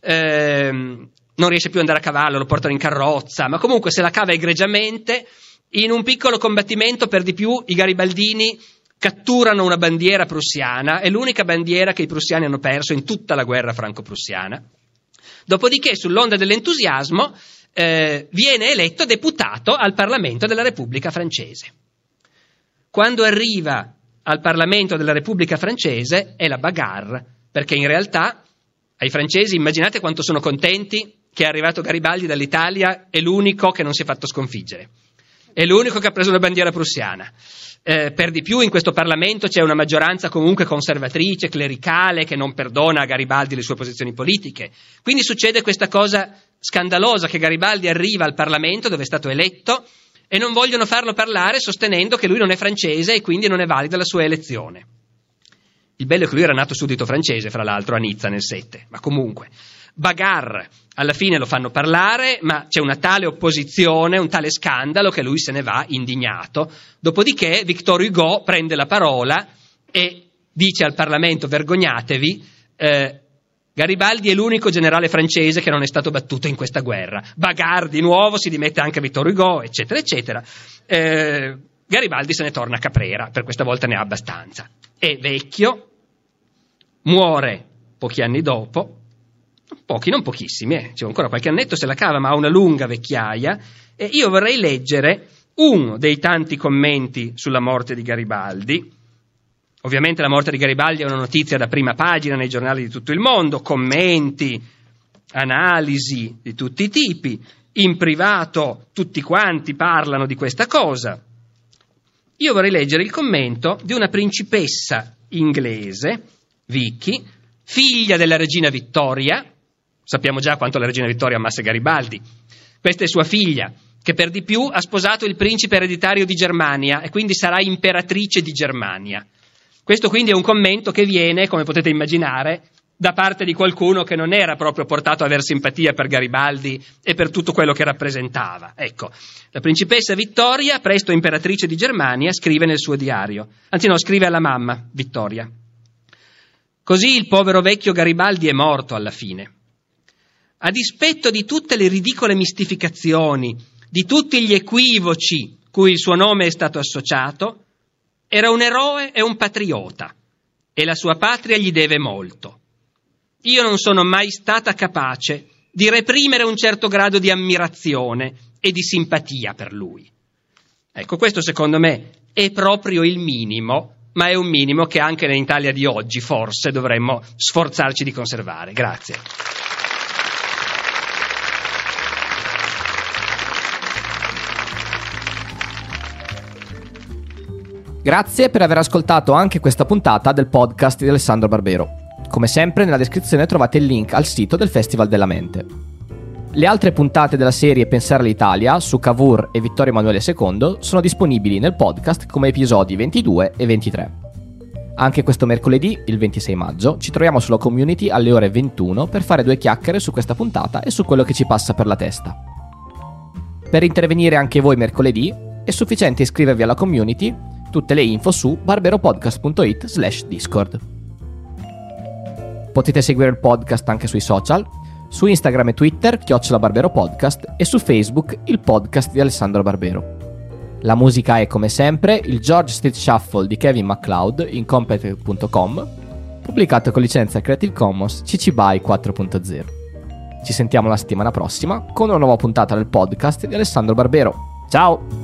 ehm, non riesce più ad andare a cavallo, lo portano in carrozza, ma comunque se la cava egregiamente. In un piccolo combattimento, per di più, i garibaldini catturano una bandiera prussiana, è l'unica bandiera che i prussiani hanno perso in tutta la guerra franco-prussiana. Dopodiché, sull'onda dell'entusiasmo, eh, viene eletto deputato al Parlamento della Repubblica Francese. Quando arriva al Parlamento della Repubblica Francese è la bagarre, perché in realtà ai francesi immaginate quanto sono contenti che è arrivato Garibaldi dall'Italia, è l'unico che non si è fatto sconfiggere. È l'unico che ha preso la bandiera prussiana. Eh, per di più in questo Parlamento c'è una maggioranza comunque conservatrice, clericale, che non perdona a Garibaldi le sue posizioni politiche. Quindi succede questa cosa scandalosa, che Garibaldi arriva al Parlamento dove è stato eletto e non vogliono farlo parlare sostenendo che lui non è francese e quindi non è valida la sua elezione. Il bello è che lui era nato suddito francese, fra l'altro, a Nizza nel sette, ma comunque. Bagarre, alla fine lo fanno parlare, ma c'è una tale opposizione, un tale scandalo che lui se ne va indignato. Dopodiché Victor Hugo prende la parola e dice al Parlamento: vergognatevi, eh, Garibaldi è l'unico generale francese che non è stato battuto in questa guerra. Bagarre di nuovo, si dimette anche Victor Hugo, eccetera, eccetera. Eh, Garibaldi se ne torna a Caprera, per questa volta ne ha abbastanza. È vecchio, muore pochi anni dopo. Pochi, non pochissimi, eh. C'è ancora qualche annetto se la cava, ma ha una lunga vecchiaia, e io vorrei leggere uno dei tanti commenti sulla morte di Garibaldi. Ovviamente la morte di Garibaldi è una notizia da prima pagina nei giornali di tutto il mondo, commenti, analisi di tutti i tipi, in privato tutti quanti parlano di questa cosa. Io vorrei leggere il commento di una principessa inglese, Vicky, figlia della regina Vittoria. Sappiamo già quanto la regina Vittoria amasse Garibaldi. Questa è sua figlia, che per di più ha sposato il principe ereditario di Germania e quindi sarà imperatrice di Germania. Questo quindi è un commento che viene, come potete immaginare, da parte di qualcuno che non era proprio portato a aver simpatia per Garibaldi e per tutto quello che rappresentava. Ecco, la principessa Vittoria, presto imperatrice di Germania, scrive nel suo diario, anzi no, scrive alla mamma Vittoria: così il povero vecchio Garibaldi è morto alla fine. A dispetto di tutte le ridicole mistificazioni, di tutti gli equivoci cui il suo nome è stato associato, era un eroe e un patriota, e la sua patria gli deve molto. Io non sono mai stata capace di reprimere un certo grado di ammirazione e di simpatia per lui. Ecco, questo secondo me è proprio il minimo, ma è un minimo che anche nell'Italia di oggi forse dovremmo sforzarci di conservare. Grazie. Grazie per aver ascoltato anche questa puntata del podcast di Alessandro Barbero. Come sempre nella descrizione trovate il link al sito del Festival della Mente. Le altre puntate della serie Pensare all'Italia su Cavour e Vittorio Emanuele secondo sono disponibili nel podcast come episodi ventidue e ventitré. Anche questo mercoledì, il ventisei maggio, ci troviamo sulla community alle ore ventuno per fare due chiacchiere su questa puntata e su quello che ci passa per la testa. Per intervenire anche voi mercoledì è sufficiente iscrivervi alla community, tutte le info su barberopodcast.it slash discord. Potete seguire il podcast anche sui social, su Instagram e Twitter, chiocciola Barbero Podcast, e su Facebook, il podcast di Alessandro Barbero. La musica è, come sempre, il George Street Shuffle di Kevin MacLeod in compete punto com, pubblicato con licenza Creative Commons C C B Y quattro punto zero. Ci sentiamo la settimana prossima con una nuova puntata del podcast di Alessandro Barbero. Ciao!